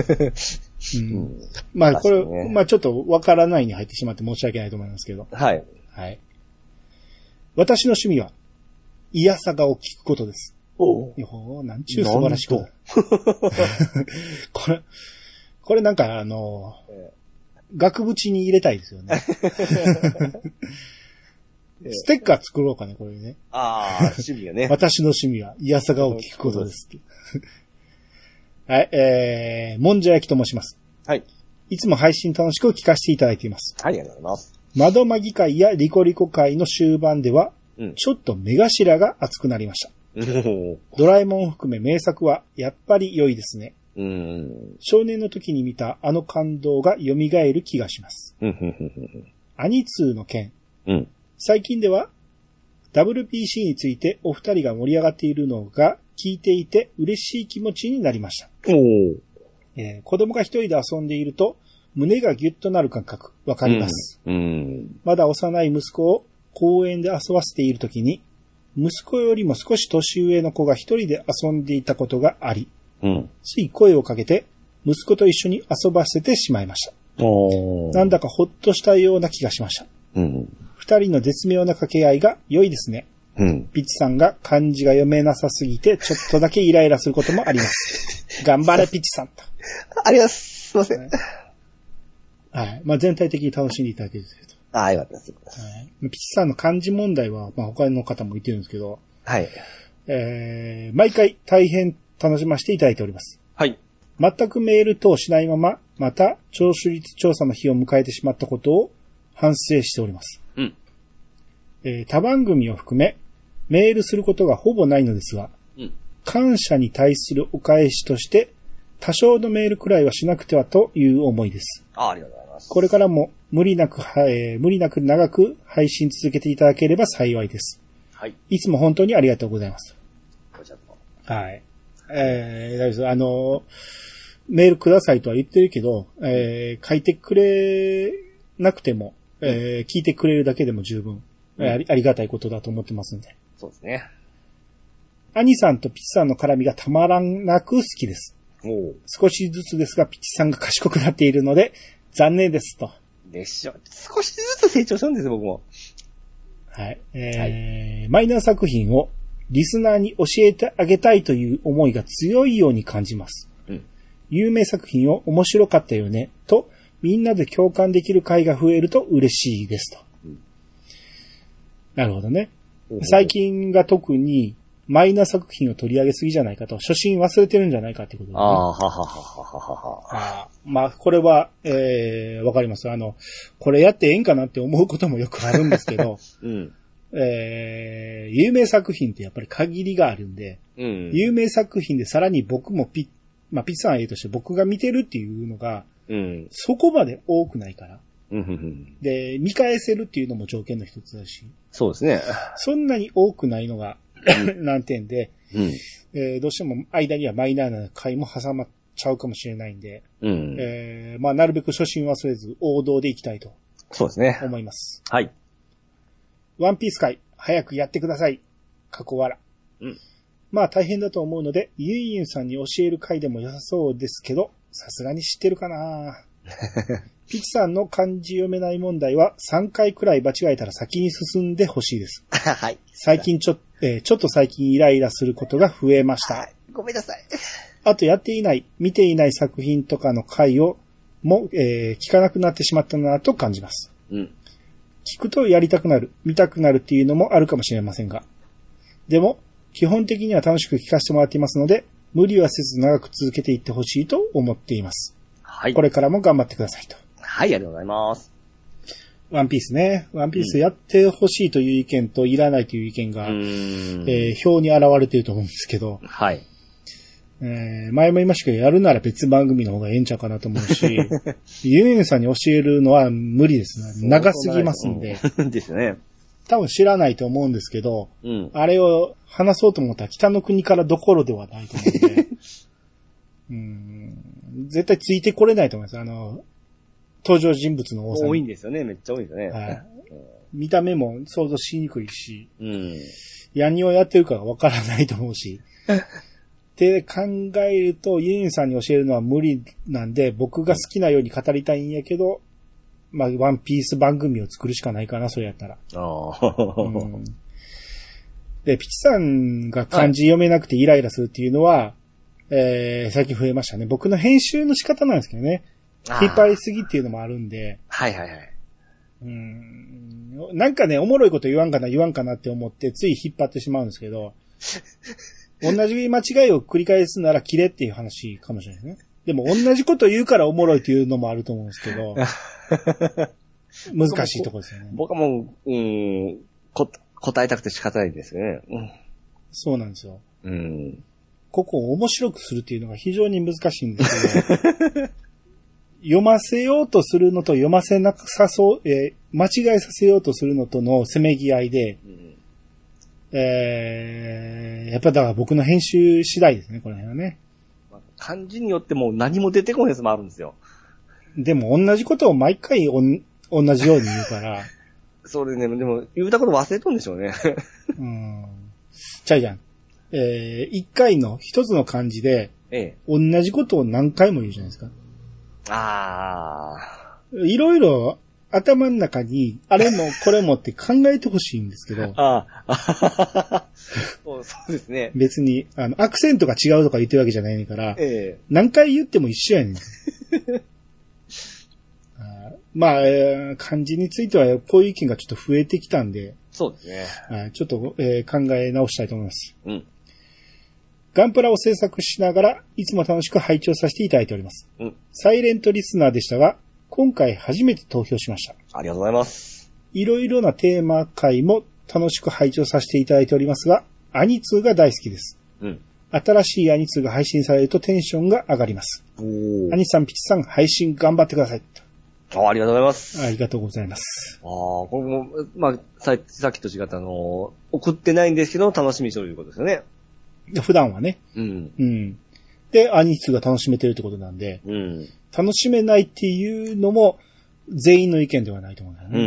まあこれ、まあちょっと分からないに入ってしまって申し訳ないと思いますけど。 はい。 はい。私の趣味は、イヤサガを聞くことです。なんちゅう素晴らしく。これなんか額縁に入れたいですよね。ステッカー作ろうかね、これね。 趣味がね。 私の趣味は、イヤサガを聞くことです。はい、もんじゃ焼きと申します。 はい。 いつも配信楽しく聞かせていただいています。 はい、ありがとうございます。 窓マギ会やリコリコ会の終盤では、ちょっと目頭が熱くなりました。ドラえもんを含め名作はやっぱり良いですね。少年の時に見たあの感動が蘇る気がします。アニツーの件、最近では WPC についてお二人が盛り上がっているのが聞いていて嬉しい気持ちになりました。子供が一人で遊んでいると胸がギュッとなる感覚わかります。まだ幼い息子を公園で遊ばせている時に息子よりも少し年上の子が一人で遊んでいたことがあり、つい声をかけて息子と一緒に遊ばせてしまいました。なんだかほっとしたような気がしました。二人の絶妙な掛け合いが良いですね。ピッチさんが漢字が読めなさすぎてちょっとだけイライラすることもあります。頑張れピッチさんと。 ありがとうございます。すいません。 はい。まあ全体的に楽しんでいただけると。 よかったです。 ピッチさんの漢字問題は、まあ他の方も言ってるんですけど、 はい。 毎回大変楽しませていただいております。 はい。 全くメール等しないまま、また聴取率調査の日を迎えてしまったことを反省しております。他番組を含め、メールすることがほぼないのですが、感謝に対するお返しとして、多少のメールくらいはしなくてはという思いです。 ありがとうございます。 これからも無理なく長く配信続けていただければ幸いです。 はい。 いつも本当にありがとうございます。はい。大丈夫です。メールくださいとは言ってるけど、書いてくれなくても、聞いてくれるだけでも十分、ありがたいことだと思ってますんで。 そうですね。 兄さんとピッチさんの絡みがたまらなく好きです。少しずつですが、ピッチさんが賢くなっているので、残念ですと。 でしょ。少しずつ成長したんですよ、僕も。 はい。マイナー作品をリスナーに教えてあげたいという思いが強いように感じます。有名作品を面白かったよね、と、みんなで共感できる回が増えると嬉しいですと。なるほどね。最近が特に、マイナー作品を取り上げすぎじゃないかと、初心忘れてるんじゃないかってことですね。まあ、これは、わかります。これやってええんかなって思うこともよくあるんですけど、 有名作品ってやっぱり限りがあるんで、うん、有名作品でさらに僕もピッツさんはとして僕が見てるっていうのが、うん、そこまで多くないから。で、見返せるっていうのも条件の一つだし。 そうですね。 そんなに多くないのが難点で、うんどうしても間にはマイナーな回も挟まっちゃうかもしれないんで、うんまあ、なるべく初心忘れず王道でいきたいと。 そうですね。 思います。 はい。 ワンピース回、早くやってください。過去笑。うん。まあ大変だと思うので、ユンユンさんに教える回でも良さそうですけど、さすがに知ってるかなピチさんの漢字読めない問題は3回くらい間違えたら先に進んでほしいです。 はい。 最近ちょっと最近イライラすることが増えました。はい。 ごめんなさい。 あとやっていない、見ていない作品とかの回をも、聞かなくなってしまったなと感じます。うん。聞くとやりたくなる、見たくなるっていうのもあるかもしれませんが。でも、基本的には楽しく聞かせてもらっていますので、無理はせず長く続けていってほしいと思っています。はい。これからも頑張ってくださいと。 はい、ありがとうございます。 ワンピースね。ワンピースやってほしいという意見といらないという意見が、表に現れていると思うんですけど。 はい。 前も言いましたけど、やるなら別番組の方がええんちゃうかなと思うし、ユンユンさんに教えるのは無理ですね。長すぎますんで。 ですね。 多分知らないと思うんですけど、うん、あれを話そうと思ったら北の国からどころではないと思うんで、絶対ついてこれないと思います。登場人物の多さ。 多いんですよね。めっちゃ多いですよね。はい。 見た目も想像しにくいし、うん、何をやってるかがわからないと思うし。って考えると、ユンユンさんに教えるのは無理なんで、僕が好きなように語りたいんやけど、まあ、ワンピース番組を作るしかないかな、それやったら。うん、で、ピチさんが漢字読めなくてイライラするっていうのは、最近増えましたね。僕の編集の仕方なんですけどね。引っ張りすぎっていうのもあるんで。 はいはいはい。 なんかね、おもろいこと言わんかなって思って、つい引っ張ってしまうんですけど、同じ間違いを繰り返すなら切れっていう話かもしれないですね。でも同じこと言うからおもろいっていうのもあると思うんですけど、難しいところですよね。 僕はもう、答えたくて仕方ないですよね。うん、 そうなんですよ。ここを面白くするっていうのが非常に難しいんですけど、読ませようとするのと読ませなさそう、間違えさせようとするのとのせめぎ合いで、やっぱだから僕の編集次第ですね、この辺はね。 漢字によっても何も出てこないやつもあるんですよ。 でも同じことを毎回同じように言うから。 そうですね、でも言うたこと忘れとんでしょうね。 ちゃうじゃん。一回の一つの漢字で、同じことを何回も言うじゃないですか。いろいろ頭の中に、あれもこれもって考えてほしいんですけど。 そうですね。 別に、アクセントが違うとか言ってるわけじゃないから、何回言っても一緒やねん。まあ、漢字についてはこういう意見がちょっと増えてきたんで。 そうですね。 ちょっと、考え直したいと思います。うん。ガンプラを制作しながら、いつも楽しく拝聴させていただいております。うん。サイレントリスナーでしたが、今回初めて投票しました。 ありがとうございます。 いろいろなテーマ回も楽しく拝聴させていただいておりますが、アニツーが大好きです。うん。新しいアニツーが配信されるとテンションが上がります。アニさん、ピチさん、配信頑張ってください。 ありがとうございます。 ありがとうございます。 これも、まあ、さっきと違った送ってないんですけど、楽しみにしてるということですよね。 普段はね。うん。うん。で、アニツーが楽しめてるってことなんで、うん。楽しめないっていうのも、全員の意見ではないと思うんだよね。うん。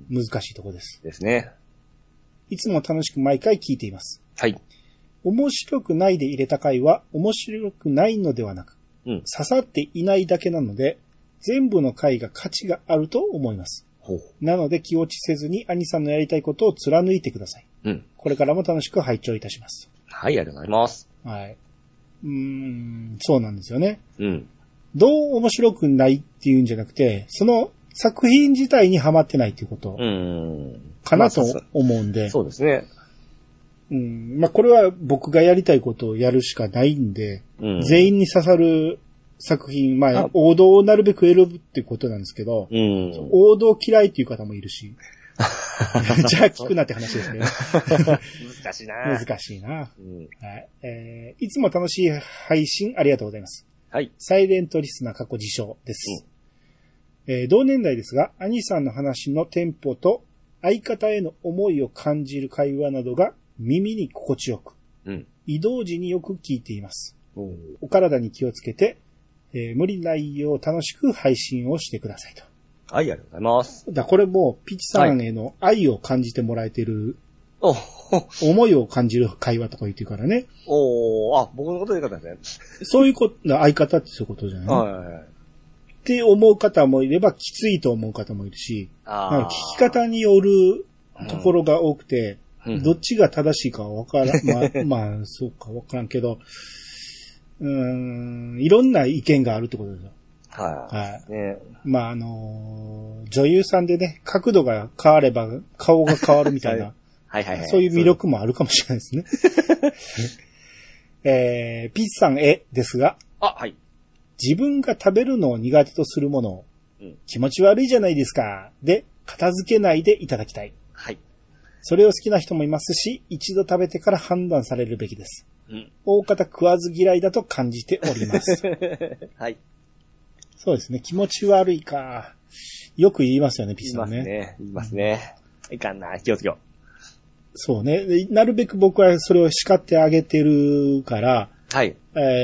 難しいところです。 ですね。 いつも楽しく毎回聞いています。 はい。 面白くないで入れた回は、面白くないのではなく、うん、刺さっていないだけなので、全部の回が価値があると思います。なので気落ちせずに兄さんのやりたいことを貫いてください。うん。これからも楽しく拝聴いたします。 はい、ありがとうございます。 はい。そうなんですよね。うん。どう面白くないっていうんじゃなくて、その作品自体にハマってないっていうことかなと思うんで。 そうですね。 まあ、これは僕がやりたいことをやるしかないんで、全員に刺さる作品、まあ、王道をなるべく選ぶってことなんですけど、王道嫌いっていう方もいるし。 じゃあ聞くなって話ですけど。 難しいな。 難しいな。はい。いつも楽しい配信ありがとうございます。 はい。 サイレントリスナー過去自称です。同年代ですが、兄さんの話のテンポと相方への思いを感じる会話などが耳に心地よく、移動時によく聞いています。お体に気をつけて、無理ないよう楽しく配信をしてくださいと。 はい、ありがとうございます。 これもピチさんへの愛を感じてもらえてる、思いを感じる会話とか言ってるからね。 僕のことで言う方ですね。 そういうこと、相方ってそういうことじゃない、って思う方もいれば、きついと思う方もいるし、聞き方によるところが多くて、どっちが正しいかはわからん、まあ、そうかわからんけど、いろんな意見があるってことですよ。はい。ね、まあ、女優さんでね、角度が変われば顔が変わるみたいな、そういう魅力もあるかもしれないですね。ピッチさんへですが、 はい。 自分が食べるのを苦手とするものを、気持ち悪いじゃないですか。で、片付けないでいただきたい。 はい。 それを好きな人もいますし、一度食べてから判断されるべきです。大方食わず嫌いだと感じております。 はい。 そうですね。気持ち悪いか。よく言いますよね、ピッチさんね。 言いますね。いかんな、気をつけよう。 そうね。なるべく僕はそれを叱ってあげてるから、 はい。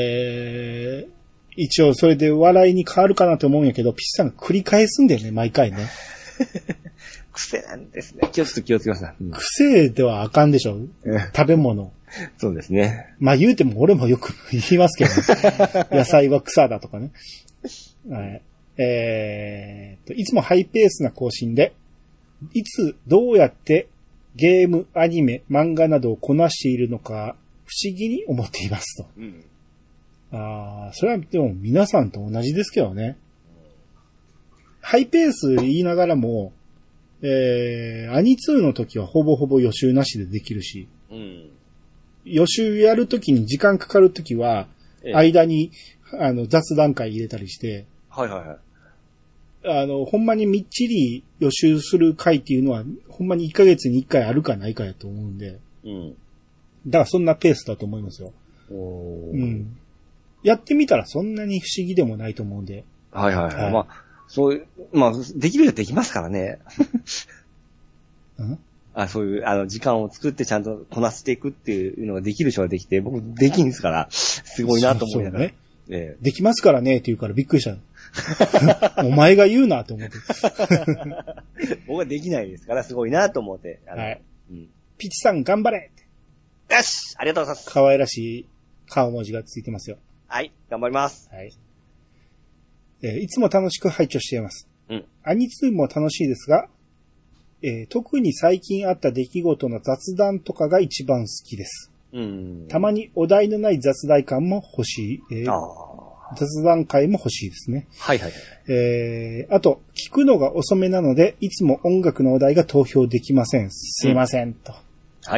一応それで笑いに変わるかなと思うんやけど、ピッチさんが繰り返すんだよね、毎回ね。 癖なんですね。気をつけます。 癖ではあかんでしょ。食べ物。 そうですね。 まあ言うても俺もよく言いますけどね。野菜は草だとかね。はい。いつもハイペースな更新で、いつどうやってゲーム、アニメ、漫画などをこなしているのか不思議に思っていますと。それはでも皆さんと同じですけどね。ハイペース言いながらも、アニ2の時はほぼほぼ予習なしでできるし、予習やる時に時間かかる時は、間に、雑談会入れたりして、ほんまにみっちり予習する回っていうのは、ほんまに1ヶ月に1回あるかないかやと思うんで、だからそんなペースだと思いますよ。やってみたらそんなに不思議でもないと思うんで。まあ、そういう、まあ、できるようできますからね。そういう、時間を作ってちゃんとこなしていくっていうのができる人ができて、僕できんですから、すごいなと思いながら。そうね。 できますからねって言うからびっくりした。お前が言うなって思って。 僕はできないですから、すごいなと思って。 ピチさん頑張れよしありがとうございます。 可愛らしい顔文字がついてますよ。 はい、頑張ります。 はい。いつも楽しく拝聴しています。アニツーも楽しいですが、特に最近あった出来事の雑談とかが一番好きです。たまにお題のない雑談会も欲しい。雑談会も欲しいですね。あと、聞くのが遅めなので、いつも音楽のお題が投票できません。すいません、と。 はい。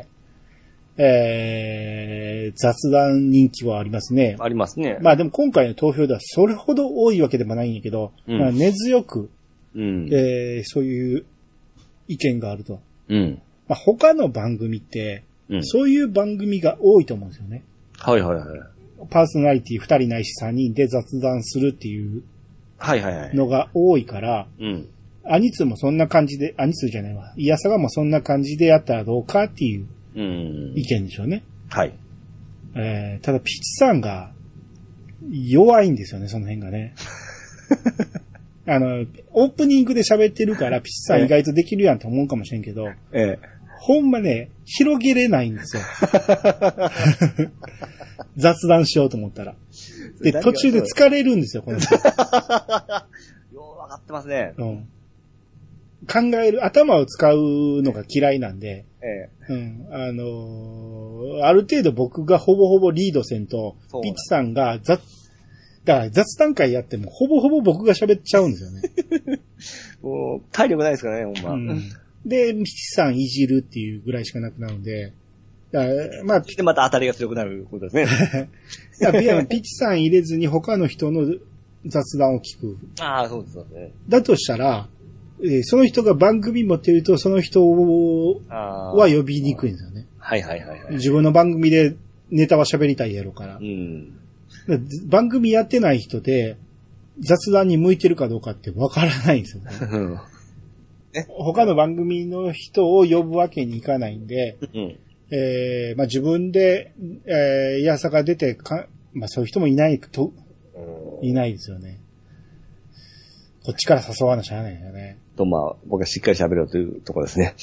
雑談人気はありますね。 ありますね。 まあでも今回の投票ではそれほど多いわけでもないんやけど、まあ、根強く、そういう意見があると。まあ、他の番組って、そういう番組が多いと思うんですよね。パーソナリティ2人ないし3人で雑談するっていうのが多いから、アニツもそんな感じで、アニツじゃないわ。イヤサガもそんな感じでやったらどうかっていう意見でしょうね。ただピッチさんが弱いんですよね、その辺がね。オープニングで喋ってるからピッチさん意外とできるやんと思うかもしれんけど、ほんまね、広げれないんですよ。雑談しようと思ったら。で、途中で疲れるんですよ、この人。よう分かってますね。 考える、頭を使うのが嫌いなんで、ある程度僕がほぼほぼリードせんと、ピッチさんがだから雑談会やってもほぼほぼ僕が喋っちゃうんですよね。 もう体力ないですからね、ほんま。 で、ピッチさんいじるっていうぐらいしかなくなるんで、 まあ、でまた当たりが強くなることですね。 ピッチさん入れずに他の人の雑談を聞く。 そうですね。 だとしたら、 その人が番組持ってると、その人は呼びにくいんですよね。 はいはいはい、はい。 自分の番組でネタは喋りたいやろから。番組やってない人で雑談に向いてるかどうかってわからないんですよね。他の番組の人を呼ぶわけにいかないんで、自分で、いやさが出てそういう人もいないですよね。こっちから誘わなしゃあないよね。 僕はしっかり喋ろうというところですね。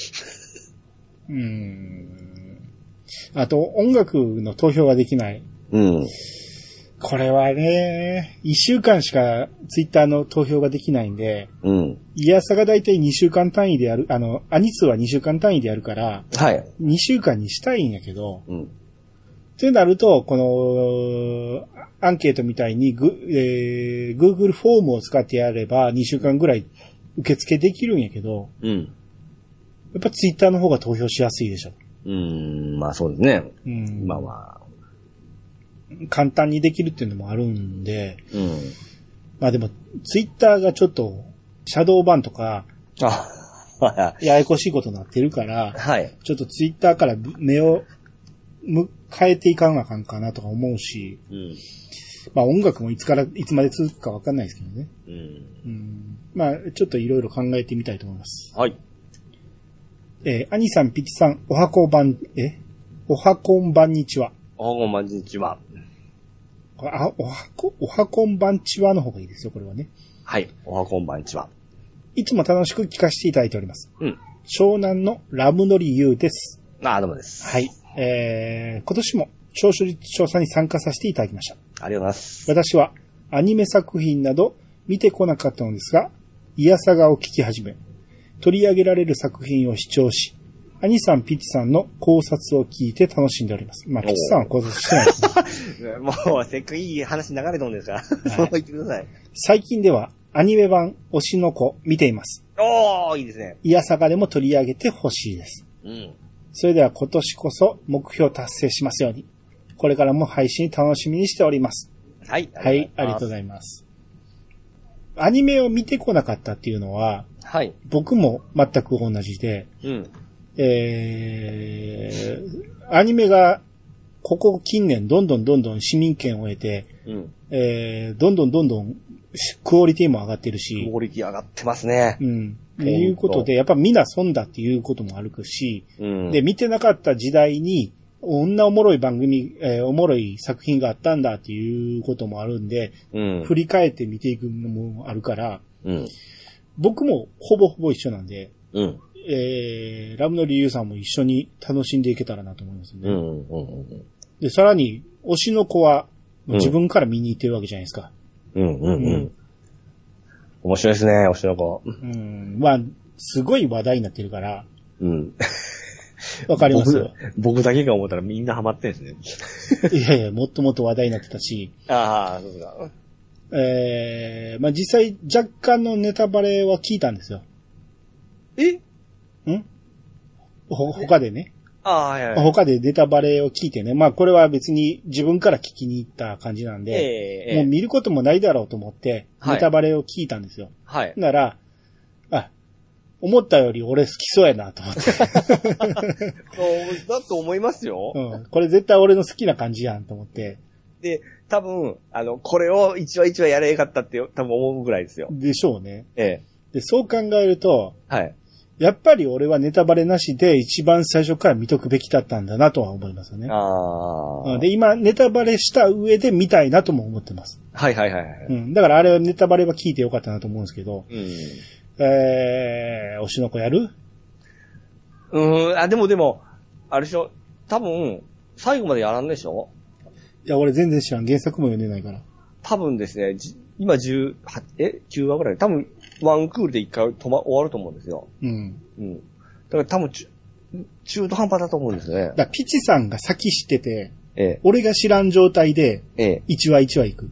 あと、音楽の投票ができない。これはね、1週間しかツイッターの投票ができないんで、いやさがだいたい2週間単位でやる、アニツは2週間単位でやるから、2週間にしたいんやけど、ってなると、この、アンケートみたいにGoogle フォームを使ってやれば2週間ぐらい受付できるんやけど、やっぱツイッターの方が投票しやすいでしょ。 まあそうですね。まあ。 簡単にできるっていうのもあるんで、まあでも、ツイッターがちょっと、シャドーバンとか、ややこしいことになってるから、ちょっとツイッターから目を変えていかなあかんかなとか思うし、まあ音楽もいつまで続くかわかんないですけどね。まあちょっといろいろ考えてみたいと思います。アニさん、ピチさん、おはこんばんにちは。 おはこんばんにちは。 おはこんばんちはの方がいいですよ、これはね。 おはこんばんちは。 いつも楽しく聞かせていただいております。湘南のラムノリユーです。 どうもです。 今年も聴取率調査に参加させていただきました。 ありがとうございます。 私はアニメ作品など見てこなかったのですが、いやさがを聞き始め、取り上げられる作品を視聴し、アニさん、ピッチさんの考察を聞いて楽しんでおります。まあ、ピッチさんは考察してないですね。 もう、せっかくいい話流れてるんですから、そう言ってください。 最近では、アニメ版、推しの子、見ています。 いいですね。 いやさがでも取り上げてほしいです。それでは今年こそ目標達成しますように。これからも配信楽しみにしております。ありがとうございます。アニメを見てこなかったっていうのは、僕も全く同じで、アニメが、ここ近年どんどん市民権を得て、どんどんクオリティも上がってるし。 クオリティ上がってますね。 いうことで、やっぱみんな損だっていうこともあるし、で、見てなかった時代に、こんなおもろい番組、おもろい作品があったんだっていうこともあるんで、振り返って見ていくのもあるから、僕もほぼ一緒なんで、ラムの理由さんも一緒に楽しんでいけたらなと思いますね。で、さらに、推しの子は、自分から見に行ってるわけじゃないですか。面白いですね、推しの子。 まあ、すごい話題になってるから。わかりますよ。 僕だけが思ったらみんなハマってんですね。 いや、もっともっと話題になってたし。 そうだ。 まあ実際若干のネタバレは聞いたんですよ。他でね。他でネタバレを聞いてね。まあこれは別に自分から聞きに行った感じなんで、もう見ることもないだろうと思って、ネタバレを聞いたんですよ。なら、思ったより俺好きそうやなと思って。 だと思いますよ。 これ絶対俺の好きな感じやんと思って。 で、多分、これを一話一話やれよかったって多分思うぐらいですよ。 でしょうね。で、そう考えると、やっぱり俺はネタバレなしで一番最初から見とくべきだったんだなとは思いますよね。で、今ネタバレした上で見たいなとも思ってます。だからあれはネタバレは聞いてよかったなと思うんですけど、推しの子やる？ でも、あれでしょ、多分、最後までやらんでしょ？ いや、俺全然知らん。原作も読んでないから。 多分ですね、今9話ぐらい。多分、ワンクールで一回終わると思うんですよ。だから多分、中途半端だと思うんですね。 だピチさんが先知ってて、俺が知らん状態で、1話1話行く。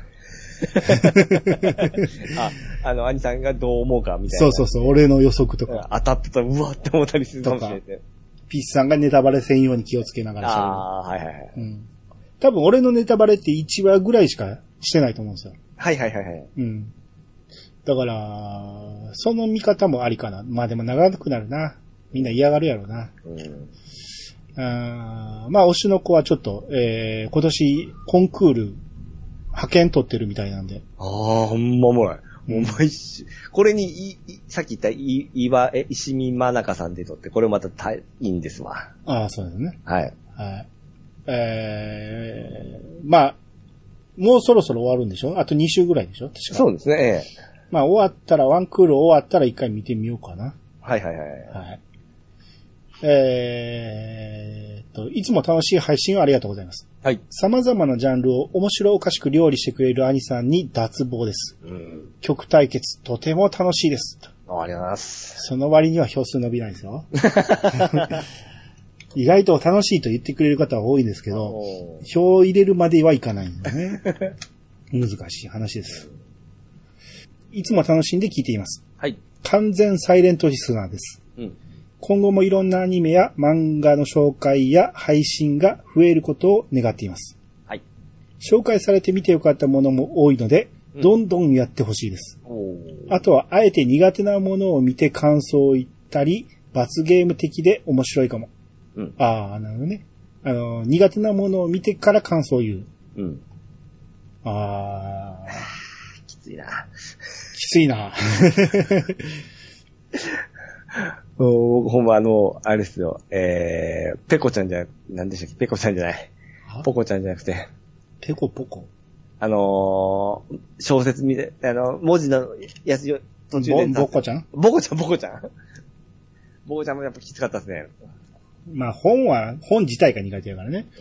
兄さんがどう思うかみたいな。 そう、俺の予測とか。 当たってたらうわって思ったりするかもしれない。 ピチさんがネタバレせんように気をつけながら喋る。多分俺のネタバレって1話ぐらいしかしてないと思うんですよ。 だから、その見方もありかな。まあでも長くなるな。みんな嫌がるやろな。まあ、推しの子はちょっと、今年、コンクール、派遣取ってるみたいなんで。 ああ、ほんまもない。もう毎週。これに、さっき言った、石見真中さんでとって、これまたいいんですわ。 ああ、そうですね。 はい。 はい。まあ、もうそろそろ終わるんでしょ？あと2週ぐらいでしょ？確か。 そうですね。 まあ、終わったら、ワンクール終わったら一回見てみようかな。 はいはいはい。 はい。いつも楽しい配信をありがとうございます。 はい。 様々なジャンルを面白おかしく料理してくれる兄さんに脱帽です。曲対決、とても楽しいです。 ありがとうございます。 その割には票数伸びないですよ。意外と楽しいと言ってくれる方は多いんですけど、票を入れるまではいかないんだね。難しい話です。いつも楽しんで聞いています。 はい。 完全サイレントリスナーです。今後もいろんなアニメや漫画の紹介や配信が増えることを願っています。はい。紹介されてみてよかったものも多いので、どんどんやってほしいです。あとは、あえて苦手なものを見て感想を言ったり、罰ゲーム的で面白いかも。ああ、なるほどね。苦手なものを見てから感想を言う。 きついな。 きついな。 ほんまあれですよ。ペコちゃんなんでしたっけ？ペコちゃんじゃない。ポコちゃんじゃなくて。 ペコポコ。 小説見て、文字のやつよ、途中で。 ボコちゃんボコちゃんもやっぱきつかったですね。 まあ本自体が苦手やからね。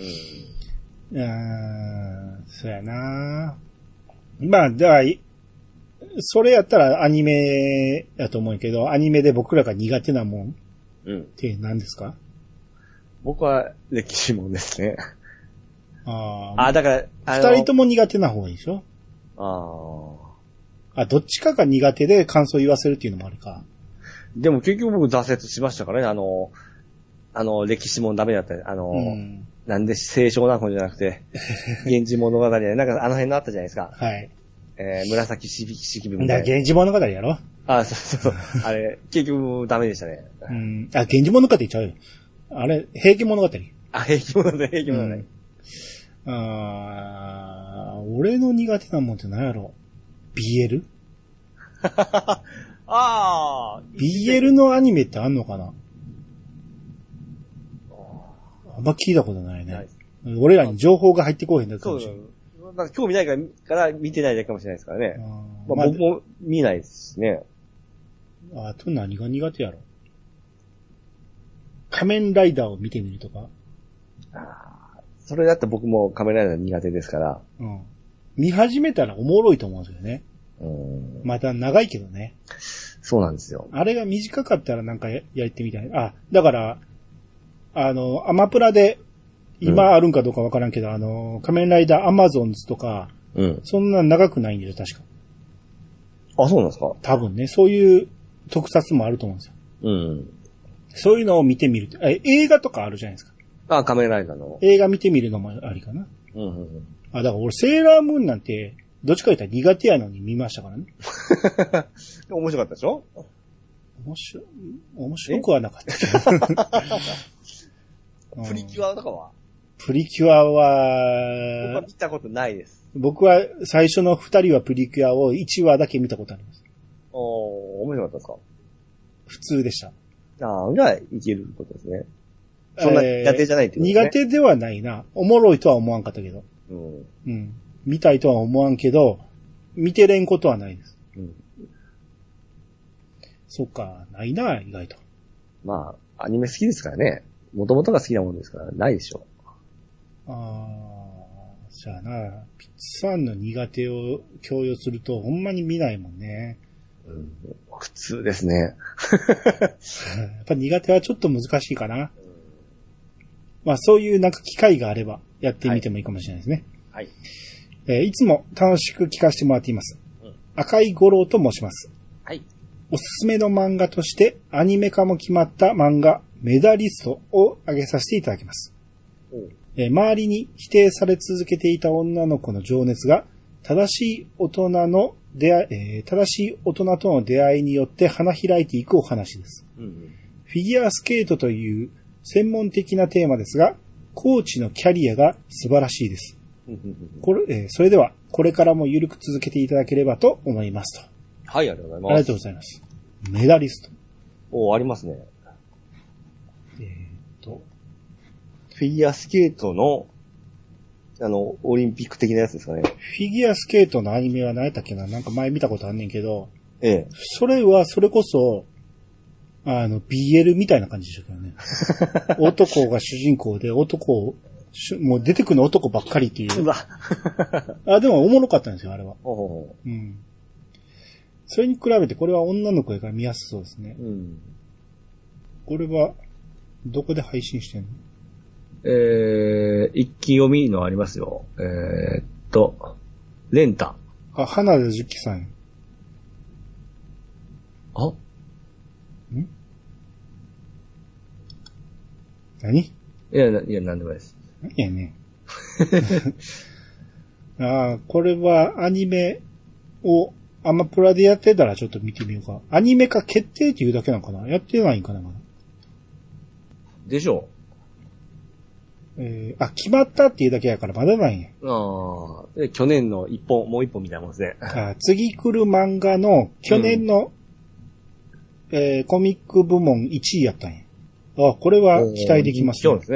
そうやな。まあ、だから、それやったらアニメやと思うけど、アニメで僕らが苦手なもんって何ですか？ 僕は歴史もんですね。 だから、二人とも苦手な方がいいでしょ？どっちかが苦手で感想言わせるっていうのもあるか。 でも結局僕挫折しましたからね、歴史もダメだった。なんで清少納言じゃなくて、源氏物語で、なんかあの辺のあったじゃないですか。はい。紫式部みたいな。 源氏物語やろ？ そう。あれ、結局ダメでしたね。 源氏物語ちゃうよ。あれ、平家物語。 平家物語。 俺の苦手なもんって何やろ？ BL？ BL のアニメってあんのかな？あんま聞いたことないね。俺らに情報が入ってこうへんだかもしれない。 なんか興味ないから見てないだけかもしれないですからね。僕も見ないですしね。 あと何が苦手やろ？仮面ライダーを見てみるとか。 それだって僕も仮面ライダー苦手ですから。 見始めたらおもろいと思うんですよね。また長いけどね。 そうなんですよ。 あれが短かったらなんかやってみたい。だから、アマプラで、今あるんかどうかわからんけど、仮面ライダーアマゾンズとか、そんな長くないんですよ、確か。 そうなんですか？ 多分ね、そういう特撮もあると思うんですよ。そういうのを見てみる。映画とかあるじゃないですか。 仮面ライダーの。 映画見てみるのもありかな。だから俺、セーラームーンなんて、どっちか言ったら苦手やのに見ましたからね。 面白かったでしょ？ 面白くはなかったけど。 プリキュアとかは？ プリキュアは、 僕は見たことないです。 僕は最初の2人はプリキュアを1話だけ見たことあります。 面白かったですか？ 普通でした。 じゃあ、いけることですね。そんな苦手じゃないってことですね。 苦手ではないな。おもろいとは思わんかったけど。見たいとは思わんけど、見てれんことはないです。そっか、ないな、意外と。 まあ、アニメ好きですからね。もともとが好きなものですから、ないでしょ。 じゃあな、ピッツさんの苦手を強要すると、ほんまに見ないもんね。 普通ですね。 やっぱ苦手はちょっと難しいかな。まあそういうなんか機会があればやってみてもいいかもしれないですね。はい。いつも楽しく聞かせてもらっています。赤井五郎と申します。はい。おすすめの漫画としてアニメ化も決まった漫画メダリストを挙げさせていただきます。周りに否定され続けていた女の子の情熱が正しい大人の正しい大人との出会いによって花開いていくお話です。フィギュアスケートという専門的なテーマですが、コーチのキャリアが素晴らしいです。それでは、これからもゆるく続けていただければと思いますと。 はい、ありがとうございます。 ありがとうございます。メダリスト。 ありますね。フィギュアスケートの、オリンピック的なやつですかね。 フィギュアスケートのアニメは何やったっけな？なんか前見たことあんねんけど、それこそ、BL みたいな感じでしたけどね。男が主人公で、もう出てくるの男ばっかりっていう。 うわでもおもろかったんですよ、あれは。うん。それに比べて、これは女の子やから見やすそうですね。うん。これは、どこで配信してんの？ 一気読みのありますよ。レンタ。 花田十喜さんや。何？いや、なんでもないです。 何やねん。これはアニメをアマプラでやってたらちょっと見てみようか。アニメ化決定っていうだけなのかな？やってないんかなまだ。 でしょう。決まったっていうだけやからまだないんや。 去年のもう一本みたいなもんですね。 次来る漫画の去年の、コミック部門1位やったんや。これは期待できますね。 そうです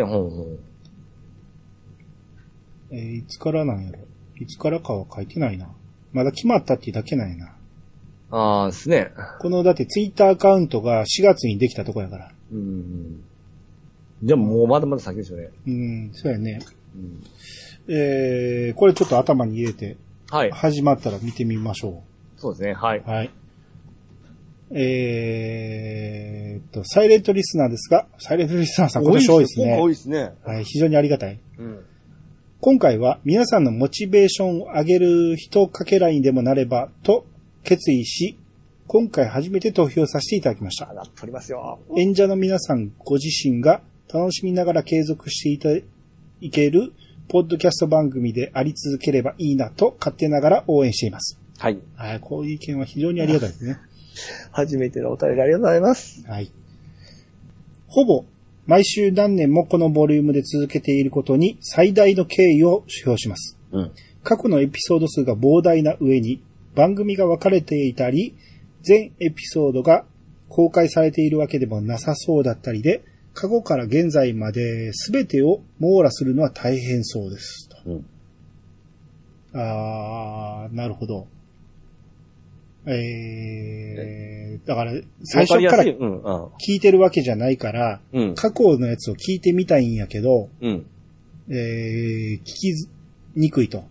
ね。 いつからなんやろ。いつからかは書いてないな。まだ決まったっていうだけなんやな。ですね。 だってツイッターアカウントが4月にできたとこやから。 でももうまだまだ先ですよね。 そうやね。これちょっと頭に入れて、始まったら見てみましょう。 そうですね、はい。 はい。サイレントリスナーですが、サイレントリスナーさん今年多いですね。 多いですね。 はい、非常にありがたい。今回は皆さんのモチベーションを上げる人かけらにでもなればと決意し、今回初めて投票させていただきました。 なっておりますよ。 演者の皆さんご自身が楽しみながら継続していけるポッドキャスト番組であり続ければいいなと勝手ながら応援しています。 はい。 こういう意見は非常にありがたいですね。 初めてのお便りありがとうございます。 はい。ほぼ毎週何年もこのボリュームで続けていることに最大の敬意を表します。過去のエピソード数が膨大な上に番組が分かれていたり、全エピソードが公開されているわけでもなさそうだったりで、過去から現在まで全てを網羅するのは大変そうです。なるほど。だから、最初から聞いてるわけじゃないから、過去のやつを聞いてみたいんやけど、聞きにくいと。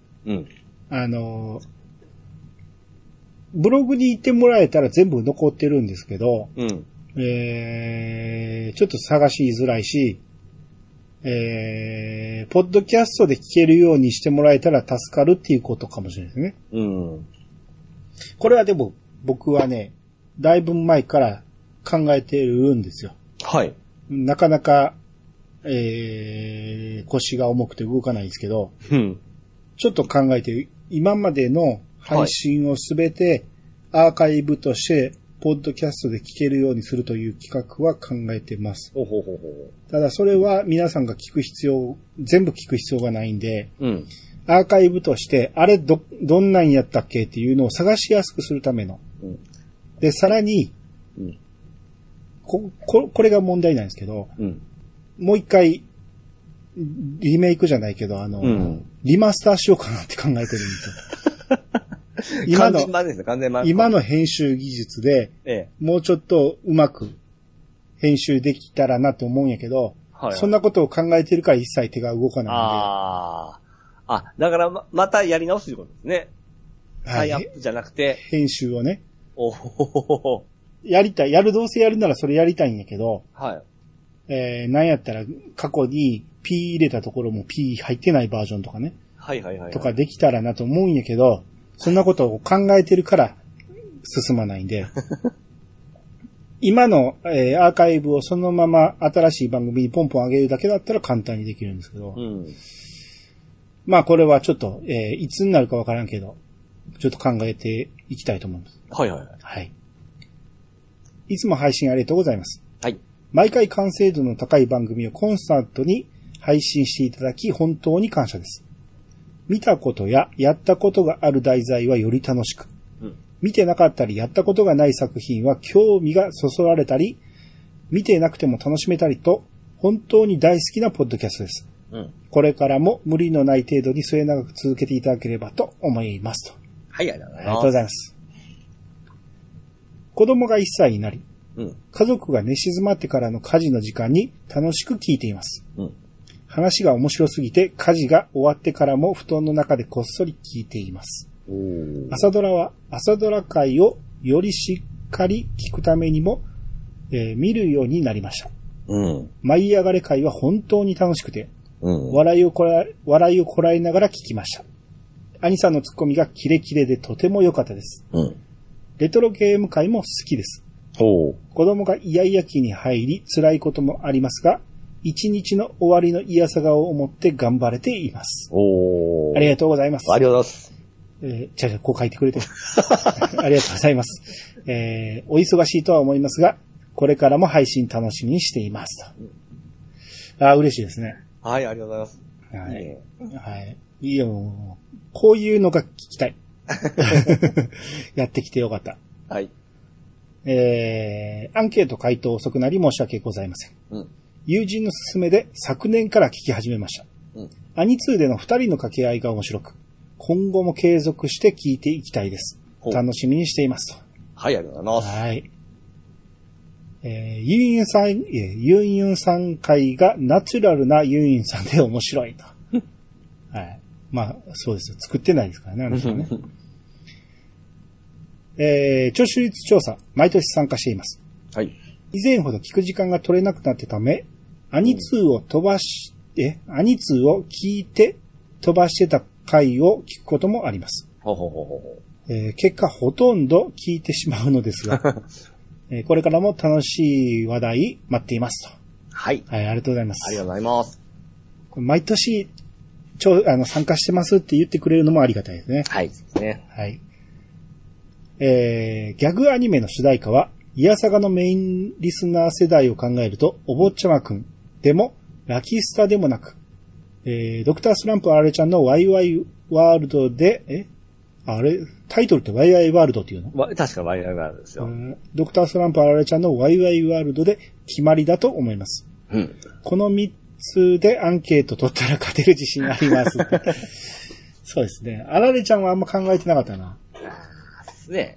ブログに行ってもらえたら全部残ってるんですけど、ちょっと探しづらいし、ポッドキャストで聞けるようにしてもらえたら助かるっていうことかもしれないですね。これはでも僕はね、だいぶ前から考えてるんですよ。 はい。 なかなか、腰が重くて動かないですけど、ちょっと考えて、今までの配信をすべてアーカイブとしてポッドキャストで聞けるようにするという企画は考えてます。ただそれは皆さんが全部聞く必要がないんで、アーカイブとして、あれどんなんやったっけっていうのを探しやすくするための。で、さらに、これが問題なんですけど、もう一回、リメイクじゃないけど、リマスターしようかなって考えてるんですよ。今の編集技術で、もうちょっとうまく編集できたらなと思うんやけど、そんなことを考えてるから一切手が動かないんで。 だからまたやり直すということですね。タイアップじゃなくて。 編集をね。やりたい。どうせやるならそれやりたいんやけど。なんやったら過去に P 入れたところも P 入ってないバージョンとかね。とかできたらなと思うんやけど、そんなことを考えてるから進まないんで。今の、アーカイブをそのまま新しい番組にポンポン上げるだけだったら簡単にできるんですけど。まあこれはちょっと、いつになるかわからんけど、 ちょっと考えていきたいと思います。 はいはいはい。 はい。いつも配信ありがとうございます。 はい。 毎回完成度の高い番組をコンスタントに配信していただき本当に感謝です。見たことややったことがある題材はより楽しく、見てなかったりやったことがない作品は興味がそそられたり、見てなくても楽しめたりと、本当に大好きなポッドキャストです。これからも無理のない程度に末永く続けていただければと思いますと。 はい、ありがとうございます。子供が1歳になり、家族が寝静まってからの家事の時間に楽しく聞いています。話が面白すぎて家事が終わってからも布団の中でこっそり聞いています。朝ドラは朝ドラ会をよりしっかり聞くためにも、見るようになりました。舞い上がれ会は本当に楽しくて、笑いをこらえながら聞きました。兄さんのツッコミがキレキレでとても良かったです。レトロゲーム会も好きです。子供がイヤイヤ期に入り辛いこともありますが、一日の終わりの嫌さがを思って頑張れています。ありがとうございます。 ありがとうございます。 こう書いてくれて。ありがとうございます。お忙しいとは思いますが、これからも配信楽しみにしていますと。嬉しいですね。 はい、ありがとうございます。 はい。はい。いいよ、こういうのが聞きたい。やってきてよかった。 はい。 アンケート回答遅くなり申し訳ございません。友人の勧めで昨年から聞き始めました。アニツーでの2人の掛け合いが面白く、今後も継続して聞いていきたいです。楽しみにしていますと。はい、 ありがとうございます。 はい。ユンユンさん会がナチュラルなユンユンさんで面白いと。はい。まあ、そうですよ。作ってないですからね、あの人はね。聴取率調査、毎年参加しています。 はい。 以前ほど聞く時間が取れなくなってため、アニツーを聞いて飛ばしてた回を聞くこともあります。結果ほとんど聞いてしまうのですが、これからも楽しい話題待っていますと。 はい。 はい、ありがとうございます。 ありがとうございます。 これ毎年、参加してますって言ってくれるのもありがたいですね。 はい、ですね。 はい。ギャグアニメの主題歌は、イヤサガのメインリスナー世代を考えると、お坊ちゃまくんでも、ラキスタでもなく、ドクタースランプあれちゃんのワイワイワールドで、タイトルってワイワイワールドっていうの？ 確かワイワイワールドですよ。 ドクタースランプあられちゃんのワイワイワールドで決まりだと思います。この3つでアンケート取ったら勝てる自信あります。そうですね。あられちゃんはあんま考えてなかったな。 ですね。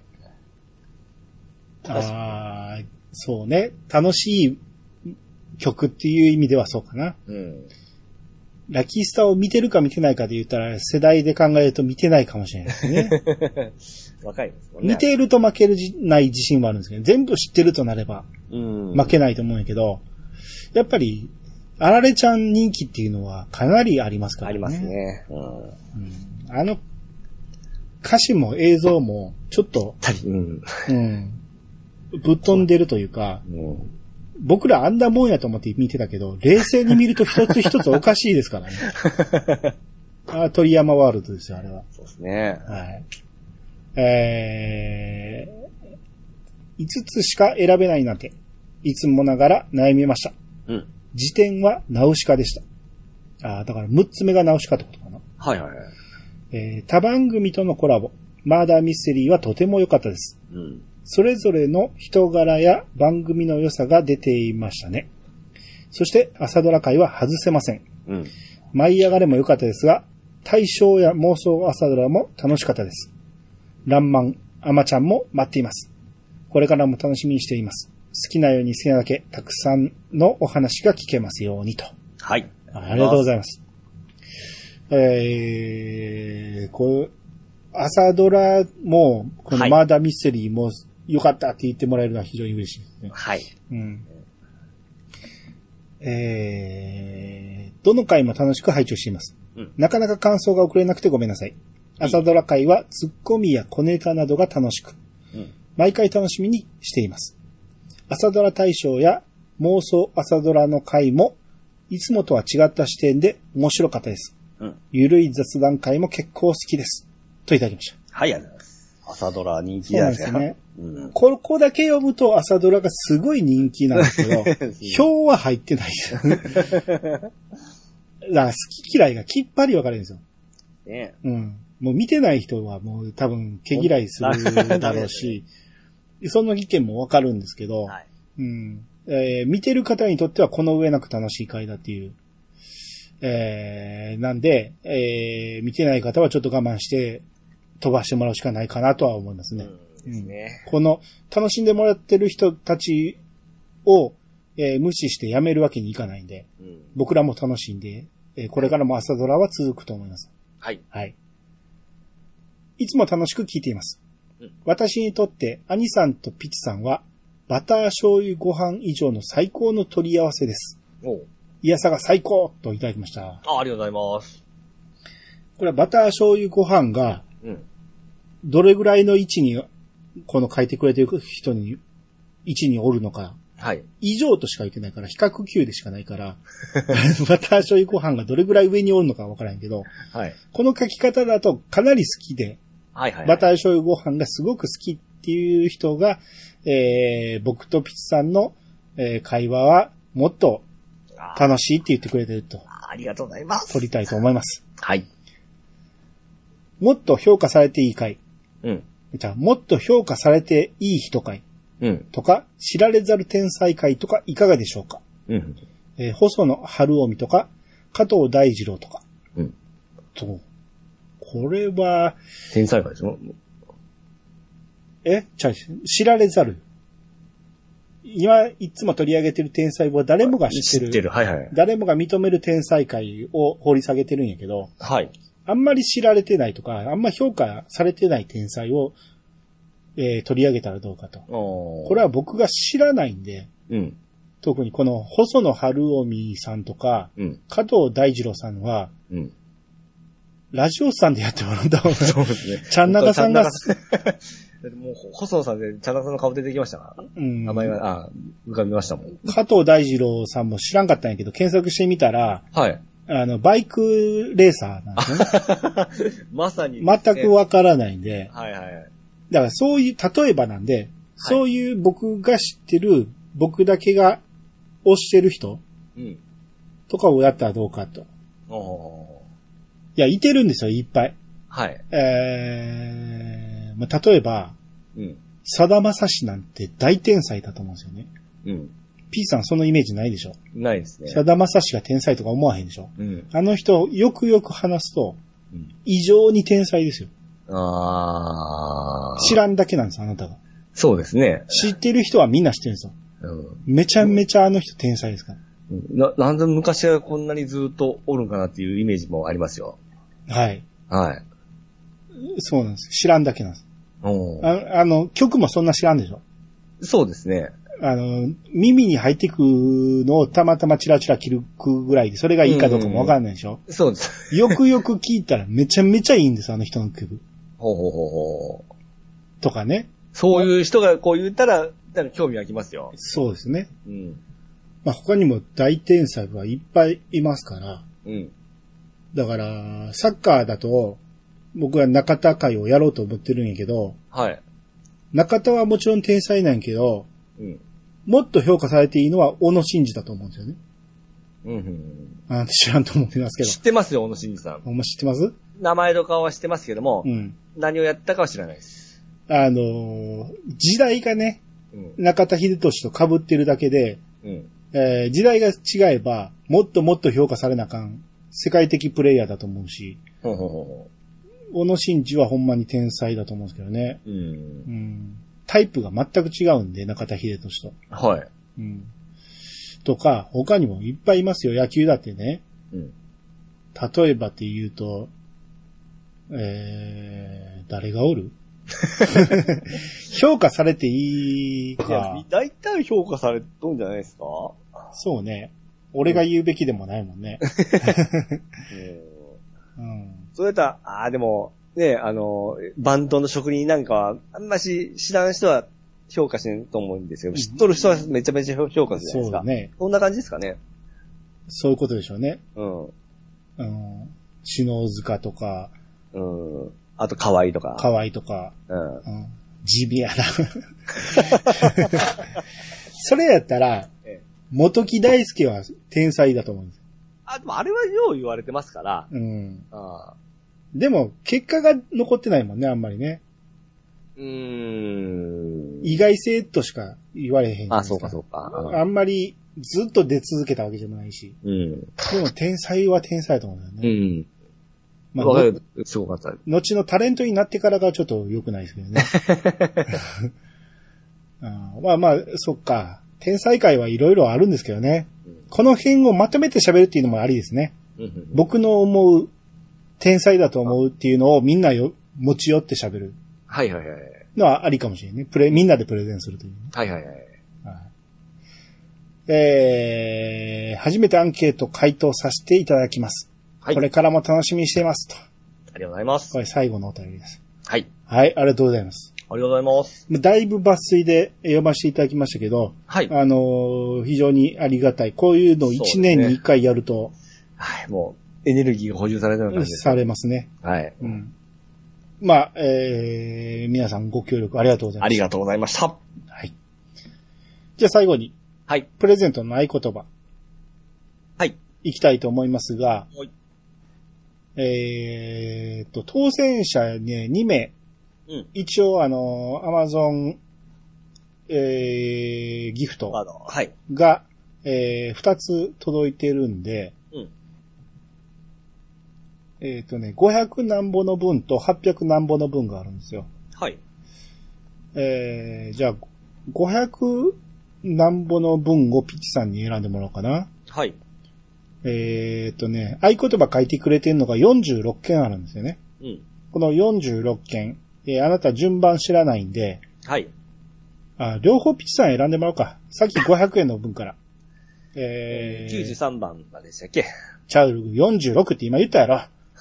そうね。楽しい曲っていう意味ではそうかな。ラキスタを見てるか見てないかで言ったら、世代で考えると見てないかもしれないですね。 若いですもんね。 見ていると負けない自信はあるんですけど、全部知ってるとなれば、負けないと思うんやけど、やっぱり、あられちゃん人気っていうのはかなりありますからね。 ありますね。 歌詞も映像も、ちょっと、ぶっ飛んでるというか、僕らあんなもんやと思って見てたけど、冷静に見ると一つ一つおかしいですからね。鳥山ワールドですよ、あれは。 そうですね。 はい。5つしか選べないなんて、いつもながら悩みました。時点はナウシカでした。だから6つ目がナウシカってことかな。 はいはいはい。 他番組とのコラボ、マーダーミステリーはとても良かったです。それぞれの人柄や番組の良さが出ていましたね。そして朝ドラ会は外せません。舞い上がれも良かったですが、大正や妄想朝ドラも楽しかったです。ランマン、アマちゃんも待っています。これからも楽しみにしています。好きなように好きなだけたくさんのお話が聞けますようにと。 はい。 ありがとうございます。朝ドラも、このマーダーミステリーも良かったって言ってもらえるのは非常に嬉しいですね。 はい。 どの回も楽しく拝聴しています。なかなか感想が送れなくてごめんなさい。朝ドラ回はツッコミや小ネタなどが楽しく、毎回楽しみにしています。朝ドラ大賞や妄想朝ドラの回もいつもとは違った視点で面白かったです。ゆるい雑談回も結構好きです。といただきましはい、ありがとうございます。朝ドラ人気じゃないですか。そうですね。 うん、ここだけ読むと朝ドラがすごい人気なんですけど、票は入ってないですよね。だから好き嫌いがきっぱり分かれるんですよ。 ね、 うん。もう見てない人はもう多分毛嫌いするだろうし、その意見も分かるんですけど、はい、うん。見てる方にとってはこの上なく楽しい回だっていう。なんで、見てない方はちょっと我慢して飛ばしてもらうしかないかなとは思いますね。ですね。この楽しんでもらってる人たちを、無視してやめるわけにいかないんで、僕らも楽しんで、これからも朝ドラは続くと思います。 はい。 はい。いつも楽しく聞いています。私にとって兄さんとピチさんはバター醤油ご飯以上の最高の取り合わせです。いやさが最高といただきました。 ありがとうございます。 これはバター醤油ご飯が、どれぐらいの位置に、この書いてくれてる人に、位置におるのか。 はい。 以上としか言ってないから、比較級でしかないから、バター醤油ご飯がどれぐらい上におるのかわからんけど、 はい。 この書き方だとかなり好きで、 はいはいはい、 バター醤油ご飯がすごく好きっていう人が、僕とピチさんの、会話はもっと楽しいって言ってくれてると。 ありがとうございます。 撮りたいと思います。 はい。 もっと評価されていい回。 うん。 じゃあ、もっと評価されていい人回。 うん。 とか、知られざる天才回とかいかがでしょうか。 うん。 細野晴臣とか、加藤大二郎とか。 うん。 と、これは、 天才回でしょ？ 知られざる。今、いつも取り上げてる天才は誰もが知ってる。 知ってる。はいはい。 誰もが認める天才回を掘り下げてるんやけど。 はい。 あんまり知られてないとか、あんま評価されてない天才を、取り上げたらどうかと。これは僕が知らないんで、 うん、 特にこの細野晴臣さんとか、 うん、 加藤大二郎さんは、 うん、 ラジオさんでやってもらうんだ。 そうですね。 ちゃんなかさんが、 もう細野さんでちゃんなかさんの顔出てきましたから。うん。名前が、浮かびましたもん。 加藤大二郎さんも知らんかったんやけど、検索してみたら、 はい。 バイクレーサーなんですね。 まさに、 ね。全くわからないんで。 はいはい。 だからそういう、例えばなんで、はい、そういう僕が知ってる、僕だけが推してる人、 うん、 とかをやったらどうかと。いや、いてるんですよ、いっぱい。 はい。 まあ、例えば、 うん。 さだまさしなんて大天才だと思うんですよね。 うん。 P さんそのイメージないでしょ？ ないですね。 さだまさしが天才とか思わへんでしょ？ うん。 あの人、よくよく話すと、 うん、 異常に天才ですよ。 ああ。 知らんだけなんです、あなたが。 そうですね。 知ってる人はみんな知ってるんですよ。うん、めちゃめちゃあの人天才ですから。 なんで昔はこんなにずっとおるんかなっていうイメージもありますよ。 はい。 はい。 そうなんです。知らんだけなんです。曲もそんな知らんでしょ？そうですね。 耳に入ってくのをたまたまチラチラ切るぐらいで、それがいいかどうかもわかんないでしょ？ そうです。 よくよく聞いたらめちゃめちゃいいんです、あの人の曲。 ほうほうほうほう。 とかね。 そういう人がこう言ったら、興味湧きますよ。 そうですね。 うん。 まあ、他にも大天才はいっぱいいますから。 うん。 だから、サッカーだと、僕は中田会をやろうと思ってるんやけど、 はい。 中田はもちろん天才なんやけど、 うん。 もっと評価されていいのは小野伸二だと思うんですよね。 うん。 知らんと思いますけど。 知ってますよ、小野伸二さん。 お前知ってます？ 名前と顔は知ってますけども、 うん。 何をやったかは知らないです。 時代がね、うん、中田秀俊と被ってるだけで、 うん。 時代が違えば、もっともっと評価されなあかん、世界的プレイヤーだと思うし、小野伸二はほんまに天才だと思うんですけどね。 うん。うん。 タイプが全く違うんで、中田秀俊と。 はい。 うん。とか、他にもいっぱいいますよ、野球だってね。 うん。 例えばって言うと、誰がおる評価されていいか。 だいたい評価されとんじゃないですか？ そうね。俺が言うべきでもないもんね。 うん。そうやったら、でも、ね、バンドの職人なんかは、あんまし知らん人は評価しないと思うんですけど、知っとる人はめちゃめちゃ評価するじゃないですか。そうね。そんな感じですかね。 そういうことでしょうね。 うん。 篠塚とか、 うん。 あと、可愛いとか。 可愛いとか。 うん。 地味やな。それやったら、元木大輔は天才だと思うんです。 でもあれはよう言われてますから。 うん。でも、結果が残ってないもんね、あんまりね。意外性としか言われへん。 そうか。 あんまりずっと出続けたわけじゃないし。でも天才は天才だと思うんだよね。まあ、 すごかった。 後のタレントになってからがちょっと良くないですけどね。まあ、そっか。天才界はいろいろあるんですけどね。この辺をまとめて喋るっていうのもありですね。僕の思う、天才だと思うっていうのをみんな持ち寄って喋る。 はい。 のはありかもしれないね。みんなでプレゼンするという、ね。 はい。 初めてアンケート回答させていただきます。はい。これからも楽しみにしていますと。 ありがとうございます。 これ最後のお便りです。 はい。 はい、ありがとうございます。 ありがとうございます。 だいぶ抜粋で読ませていただきましたけど、はい。非常にありがたい。こういうのを1年に1回やると、 はい、もう、エネルギーが補充されてる感じです。 されますね。 はい。 うん。まあ、皆さんご協力ありがとうございました。 ありがとうございました。はい。じゃあ最後に、 はい。 プレゼントの合言葉。 はい。 いきたいと思いますが、 はい。 当選者ね、2名。うん。一応Amazon、ギフトが、 はい。 2つ届いてるんで、うん。500何ぼの分と800何ぼの分があるんですよ。 はい。 じゃあ、500何ぼの分をピッチさんに選んでもらおうかな。 はい。 合言葉書いてくれてるのが46件あるんですよね。うん。この46件、あなた順番知らないんで、 はい。 両方ピッチさん選んでもらおうか。さっき500円の分から。 93番までしたっけ？ チャウル46って今言ったやろ。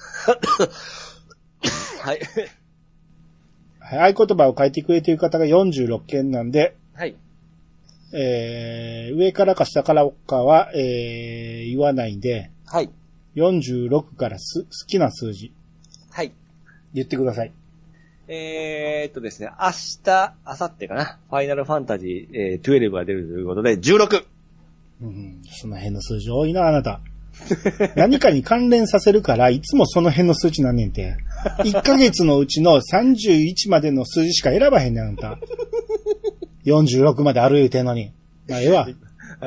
はい。 合言葉を書いてくれている方が46件なんで、 はい。 上からか下からかは、言わないんで、 はい。 46から好きな数字。 はい。 言ってください。 ですね、明日、明後日かな。ファイナルファンタジー、12が出るということで、16! その辺の数字多いな、あなた。何かに関連させるから、いつもその辺の数値なんねんて。1ヶ月のうちの31までの数字しか選ばへんねん、あんた。46まである言うてんのに。まあ、ええわ。 はい。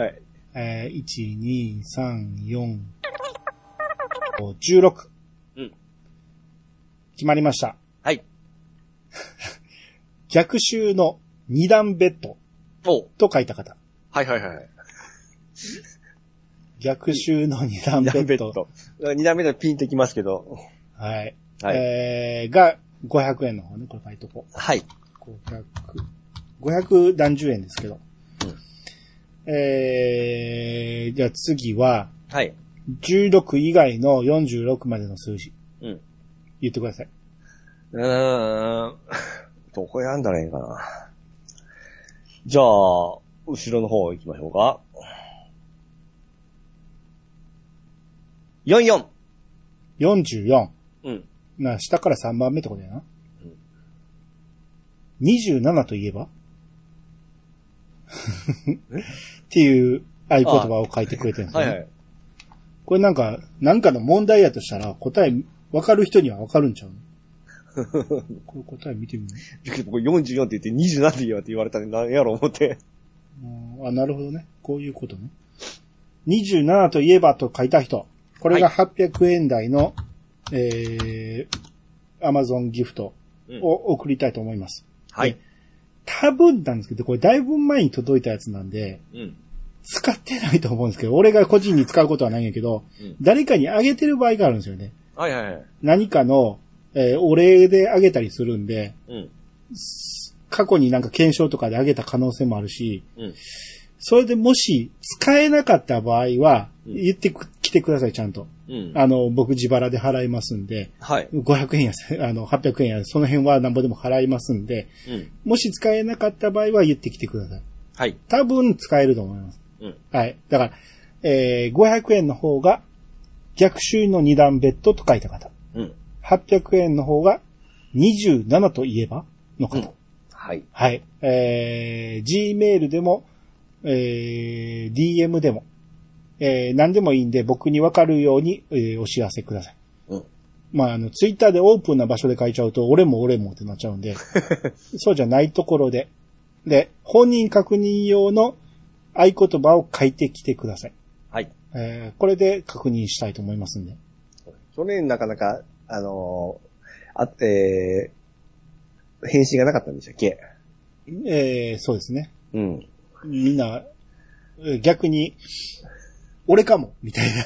1、2、3、4、5、16。うん。決まりました。 はい。 逆襲の2段ベッド。と書いた方。 はい。 逆襲の2段ベッド。 2段ベッドピンときますけど。 はい。が500円の方ね、これ書いとこう。 はい。 500何十円ですけど。うん、じゃあ次は、 はい。 16以外の46までの数字。 うん。 言ってください。 どこ選んだらいいかな。じゃあ、後ろの方行きましょうか。44。 44。 うん。 下から3番目ってことやな。27と言えばっていう合言葉を書いてくれてるんですよね。はい。これなんかの問題やとしたら答え分かる人には分かるんちゃうのこれ答え見てみる僕44って言って27って言えばって言われたら何やろ思って。 なるほどね。こういうことね。27と言えばと書いた人。これが800円台の、Amazon ギフトを送りたいと思います。 はい。 多分なんですけど、これだいぶ前に届いたやつなんで、使ってないと思うんですけど、俺が個人に使うことはないんやけど、誰かにあげてる場合があるんですよね。 はいはいはい。 何かの、お礼であげたりするんで、過去になんか検証とかであげた可能性もあるし、それでもし使えなかった場合は、言ってきてください、ちゃんと。僕自腹で払いますんで、 はい。 500円や、800円や、その辺はなんぼでも払いますんで、もし使えなかった場合は言ってきてください。 はい。 多分使えると思います。はい。だから、500円の方が逆襲の2段ベッドと書いた方。800円の方が 27といえばの方。 はい。 はい。Gmail でも、DM でも、何でもいいんで僕にわかるように、お知らせください。まあ、ツイッターでオープンな場所で書いちゃうと、俺もってなっちゃうんで、そうじゃないところで、で、本人確認用の合言葉を書いてきてください。 はい。 これで確認したいと思いますんで。 去年なかなか、返信がなかったんでしたっけ？ そうですね。 うん。 みんな、逆に、俺かもみたい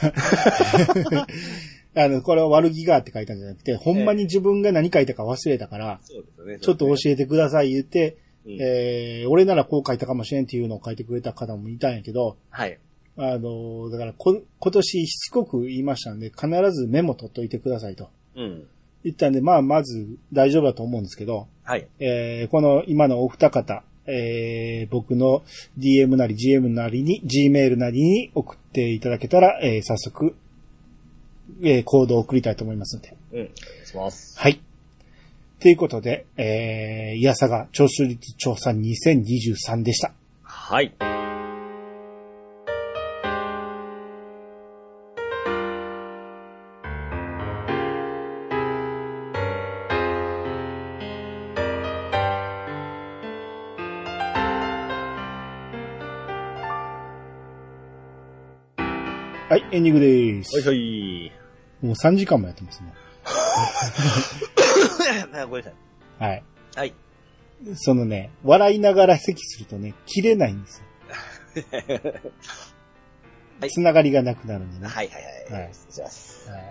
な。これは悪気があって書いたんじゃなくて、ほんまに自分が何書いたか忘れたから、そうですね、ちょっと教えてください言って、俺ならこう書いたかもしれんっていうのを書いてくれた方もいたんやけど、 はい。 だから今年しつこく言いましたんで、必ずメモ取っといてくださいと。 うん。 言ったんで、まず大丈夫だと思うんですけど、 はい。 この今のお二方、僕の DM なり GM なりに、Gmail なりに送っていただけたら、早速、コードを送りたいと思いますので。 うん。お願いします。 はい。ということで、いやさが聴取率調査2023でした。 はい。 はい、エンディングでーす。 はいはい。 もう3時間もやってますね。 ごめんなさい。 はい。 はい。 そのね、笑いながら咳するとね、切れないんですよ。はい。つながりがなくなるんでね。 はいはいはい。はい。失礼します。はい。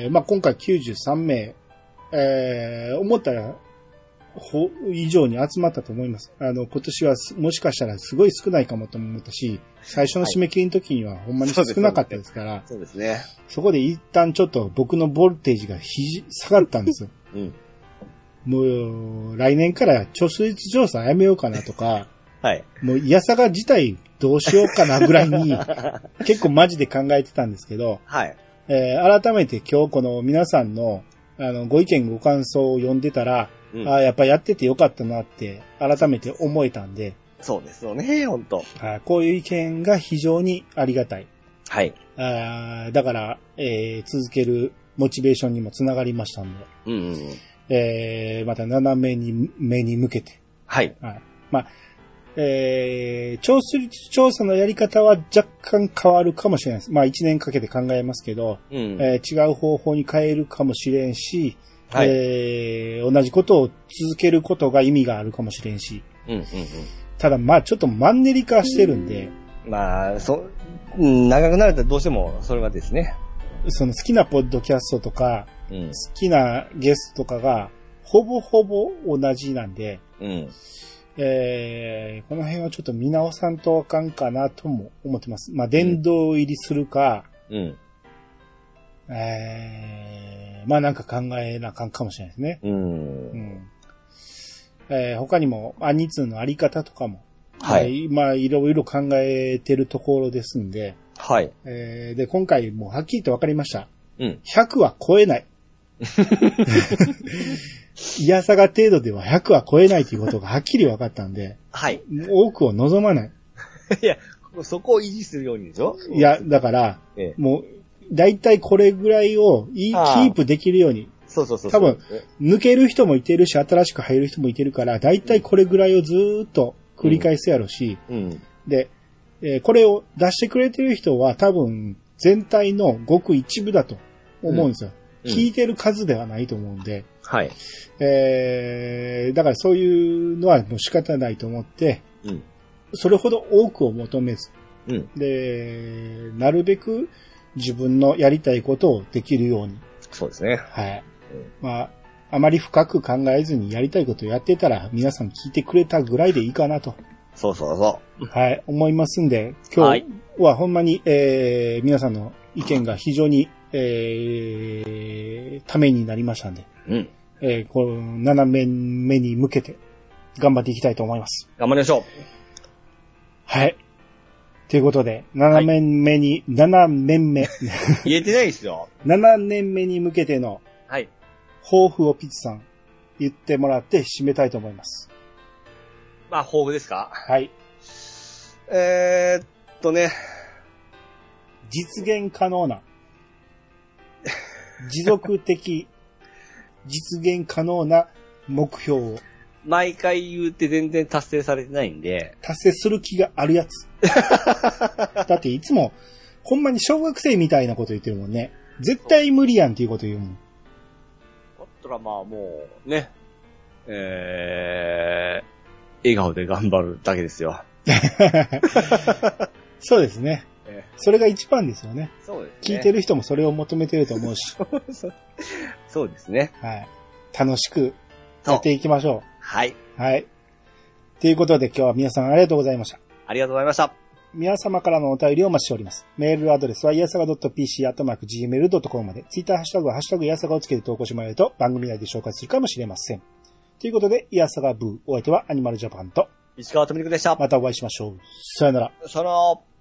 まあ、今回93名、思ったら、以上に集まったと思います。今年はもしかしたらすごい少ないかもと思ったし、最初の締め切りの時にはほんまに少なかったですから、 そうですね。 そこで一旦ちょっと僕のボルテージが下がったんですよ。うん。もう、来年から聴取率調査やめようかなとか、はい。もう、いやさが自体どうしようかなぐらいに、結構マジで考えてたんですけど、はい。改めて今日この皆さんの、ご意見ご感想を読んでたら、うん、やっぱやっててよかったなって、改めて思えたんで。 そうですよね、ほんと。 こういう意見が非常にありがたい。 はい。 だから、続けるモチベーションにもつながりましたんで。うんうんうん。また7目に向けて。はい。はい。まあ、聴取率調査のやり方は若干変わるかもしれないです。まあ1年かけて考えますけど、うん、違う方法に変えるかもしれんし、はい、同じことを続けることが意味があるかもしれんし。うんうんうん、ただまあちょっとマンネリ化してるんで。 まあ、長くなるとどうしてもそれはですね。 その好きなポッドキャストとか、うん、好きなゲストとかがほぼほぼ同じなんで、うん、この辺はちょっと見直さんとあかんかなとも思ってます。まあ殿堂入りするか、うん、まあなんか考えなあかんかもしれないですね。うん他にもアニツーのあり方とかも、はい。まあいろいろ考えてるところですんで、はい。で今回もうはっきりと分かりました。うん。100は超えない。いやさが程度では100は超えないということがはっきり分かったんで、はい。多くを望まない。 いや、そこを維持するようにでしょ？ いや、だから、もう、だいたいこれぐらいをキープできるように。そうそうそう。多分、抜ける人もいてるし、新しく入る人もいてるから、だいたいこれぐらいをずーっと繰り返すやろし、うん、で、これを出してくれてる人は多分、全体のごく一部だと思うんですよ。うん、聞いてる数ではないと思うんで、はい。だからそういうのはもう仕方ないと思って、うん、それほど多くを求めず、うん、で、なるべく自分のやりたいことをできるように。 そうですね。 はい。まあ、あまり深く考えずにやりたいことをやってたら皆さん聞いてくれたぐらいでいいかなと。 そうそうそう。 はい、思いますんで、今日はほんまに、皆さんの意見が非常に、ためになりましたんで、うん。この7面目に向けて頑張っていきたいと思います。 頑張りましょう。 はい。ということで、7面目。言えてないですよ。 7年目に向けての、 はい。 抱負をピッチさん言ってもらって締めたいと思います。 まあ、抱負ですか？ はい。 ね。 実現可能な、持続的、実現可能な目標を。 毎回言って全然達成されてないんで。 達成する気があるやつ。だっていつも、ほんまに小学生みたいなこと言ってるもんね。絶対無理やんっていうこと言うもん。だったらまあもう、ね。笑顔で頑張るだけですよ。 そうですね。それが一番ですよね。 そうですね。 聞いてる人もそれを求めてると思うし。 そうですね。 はい。楽しくやっていきましょう。 はい。 はい。ということで今日は皆さんありがとうございました。 ありがとうございました。 皆様からのお便りをお待ちしております。メールアドレスは、いやさが .pc@gmail.com まで、ツイッターハッシュタグは、ハッシュタグいやさがをつけて投稿してもらえると、番組内で紹介するかもしれません。ということで、いやさがブー、お相手はアニマルジャパンと、 石川とみるくでした。 またお会いしましょう。さよなら。 さよなら。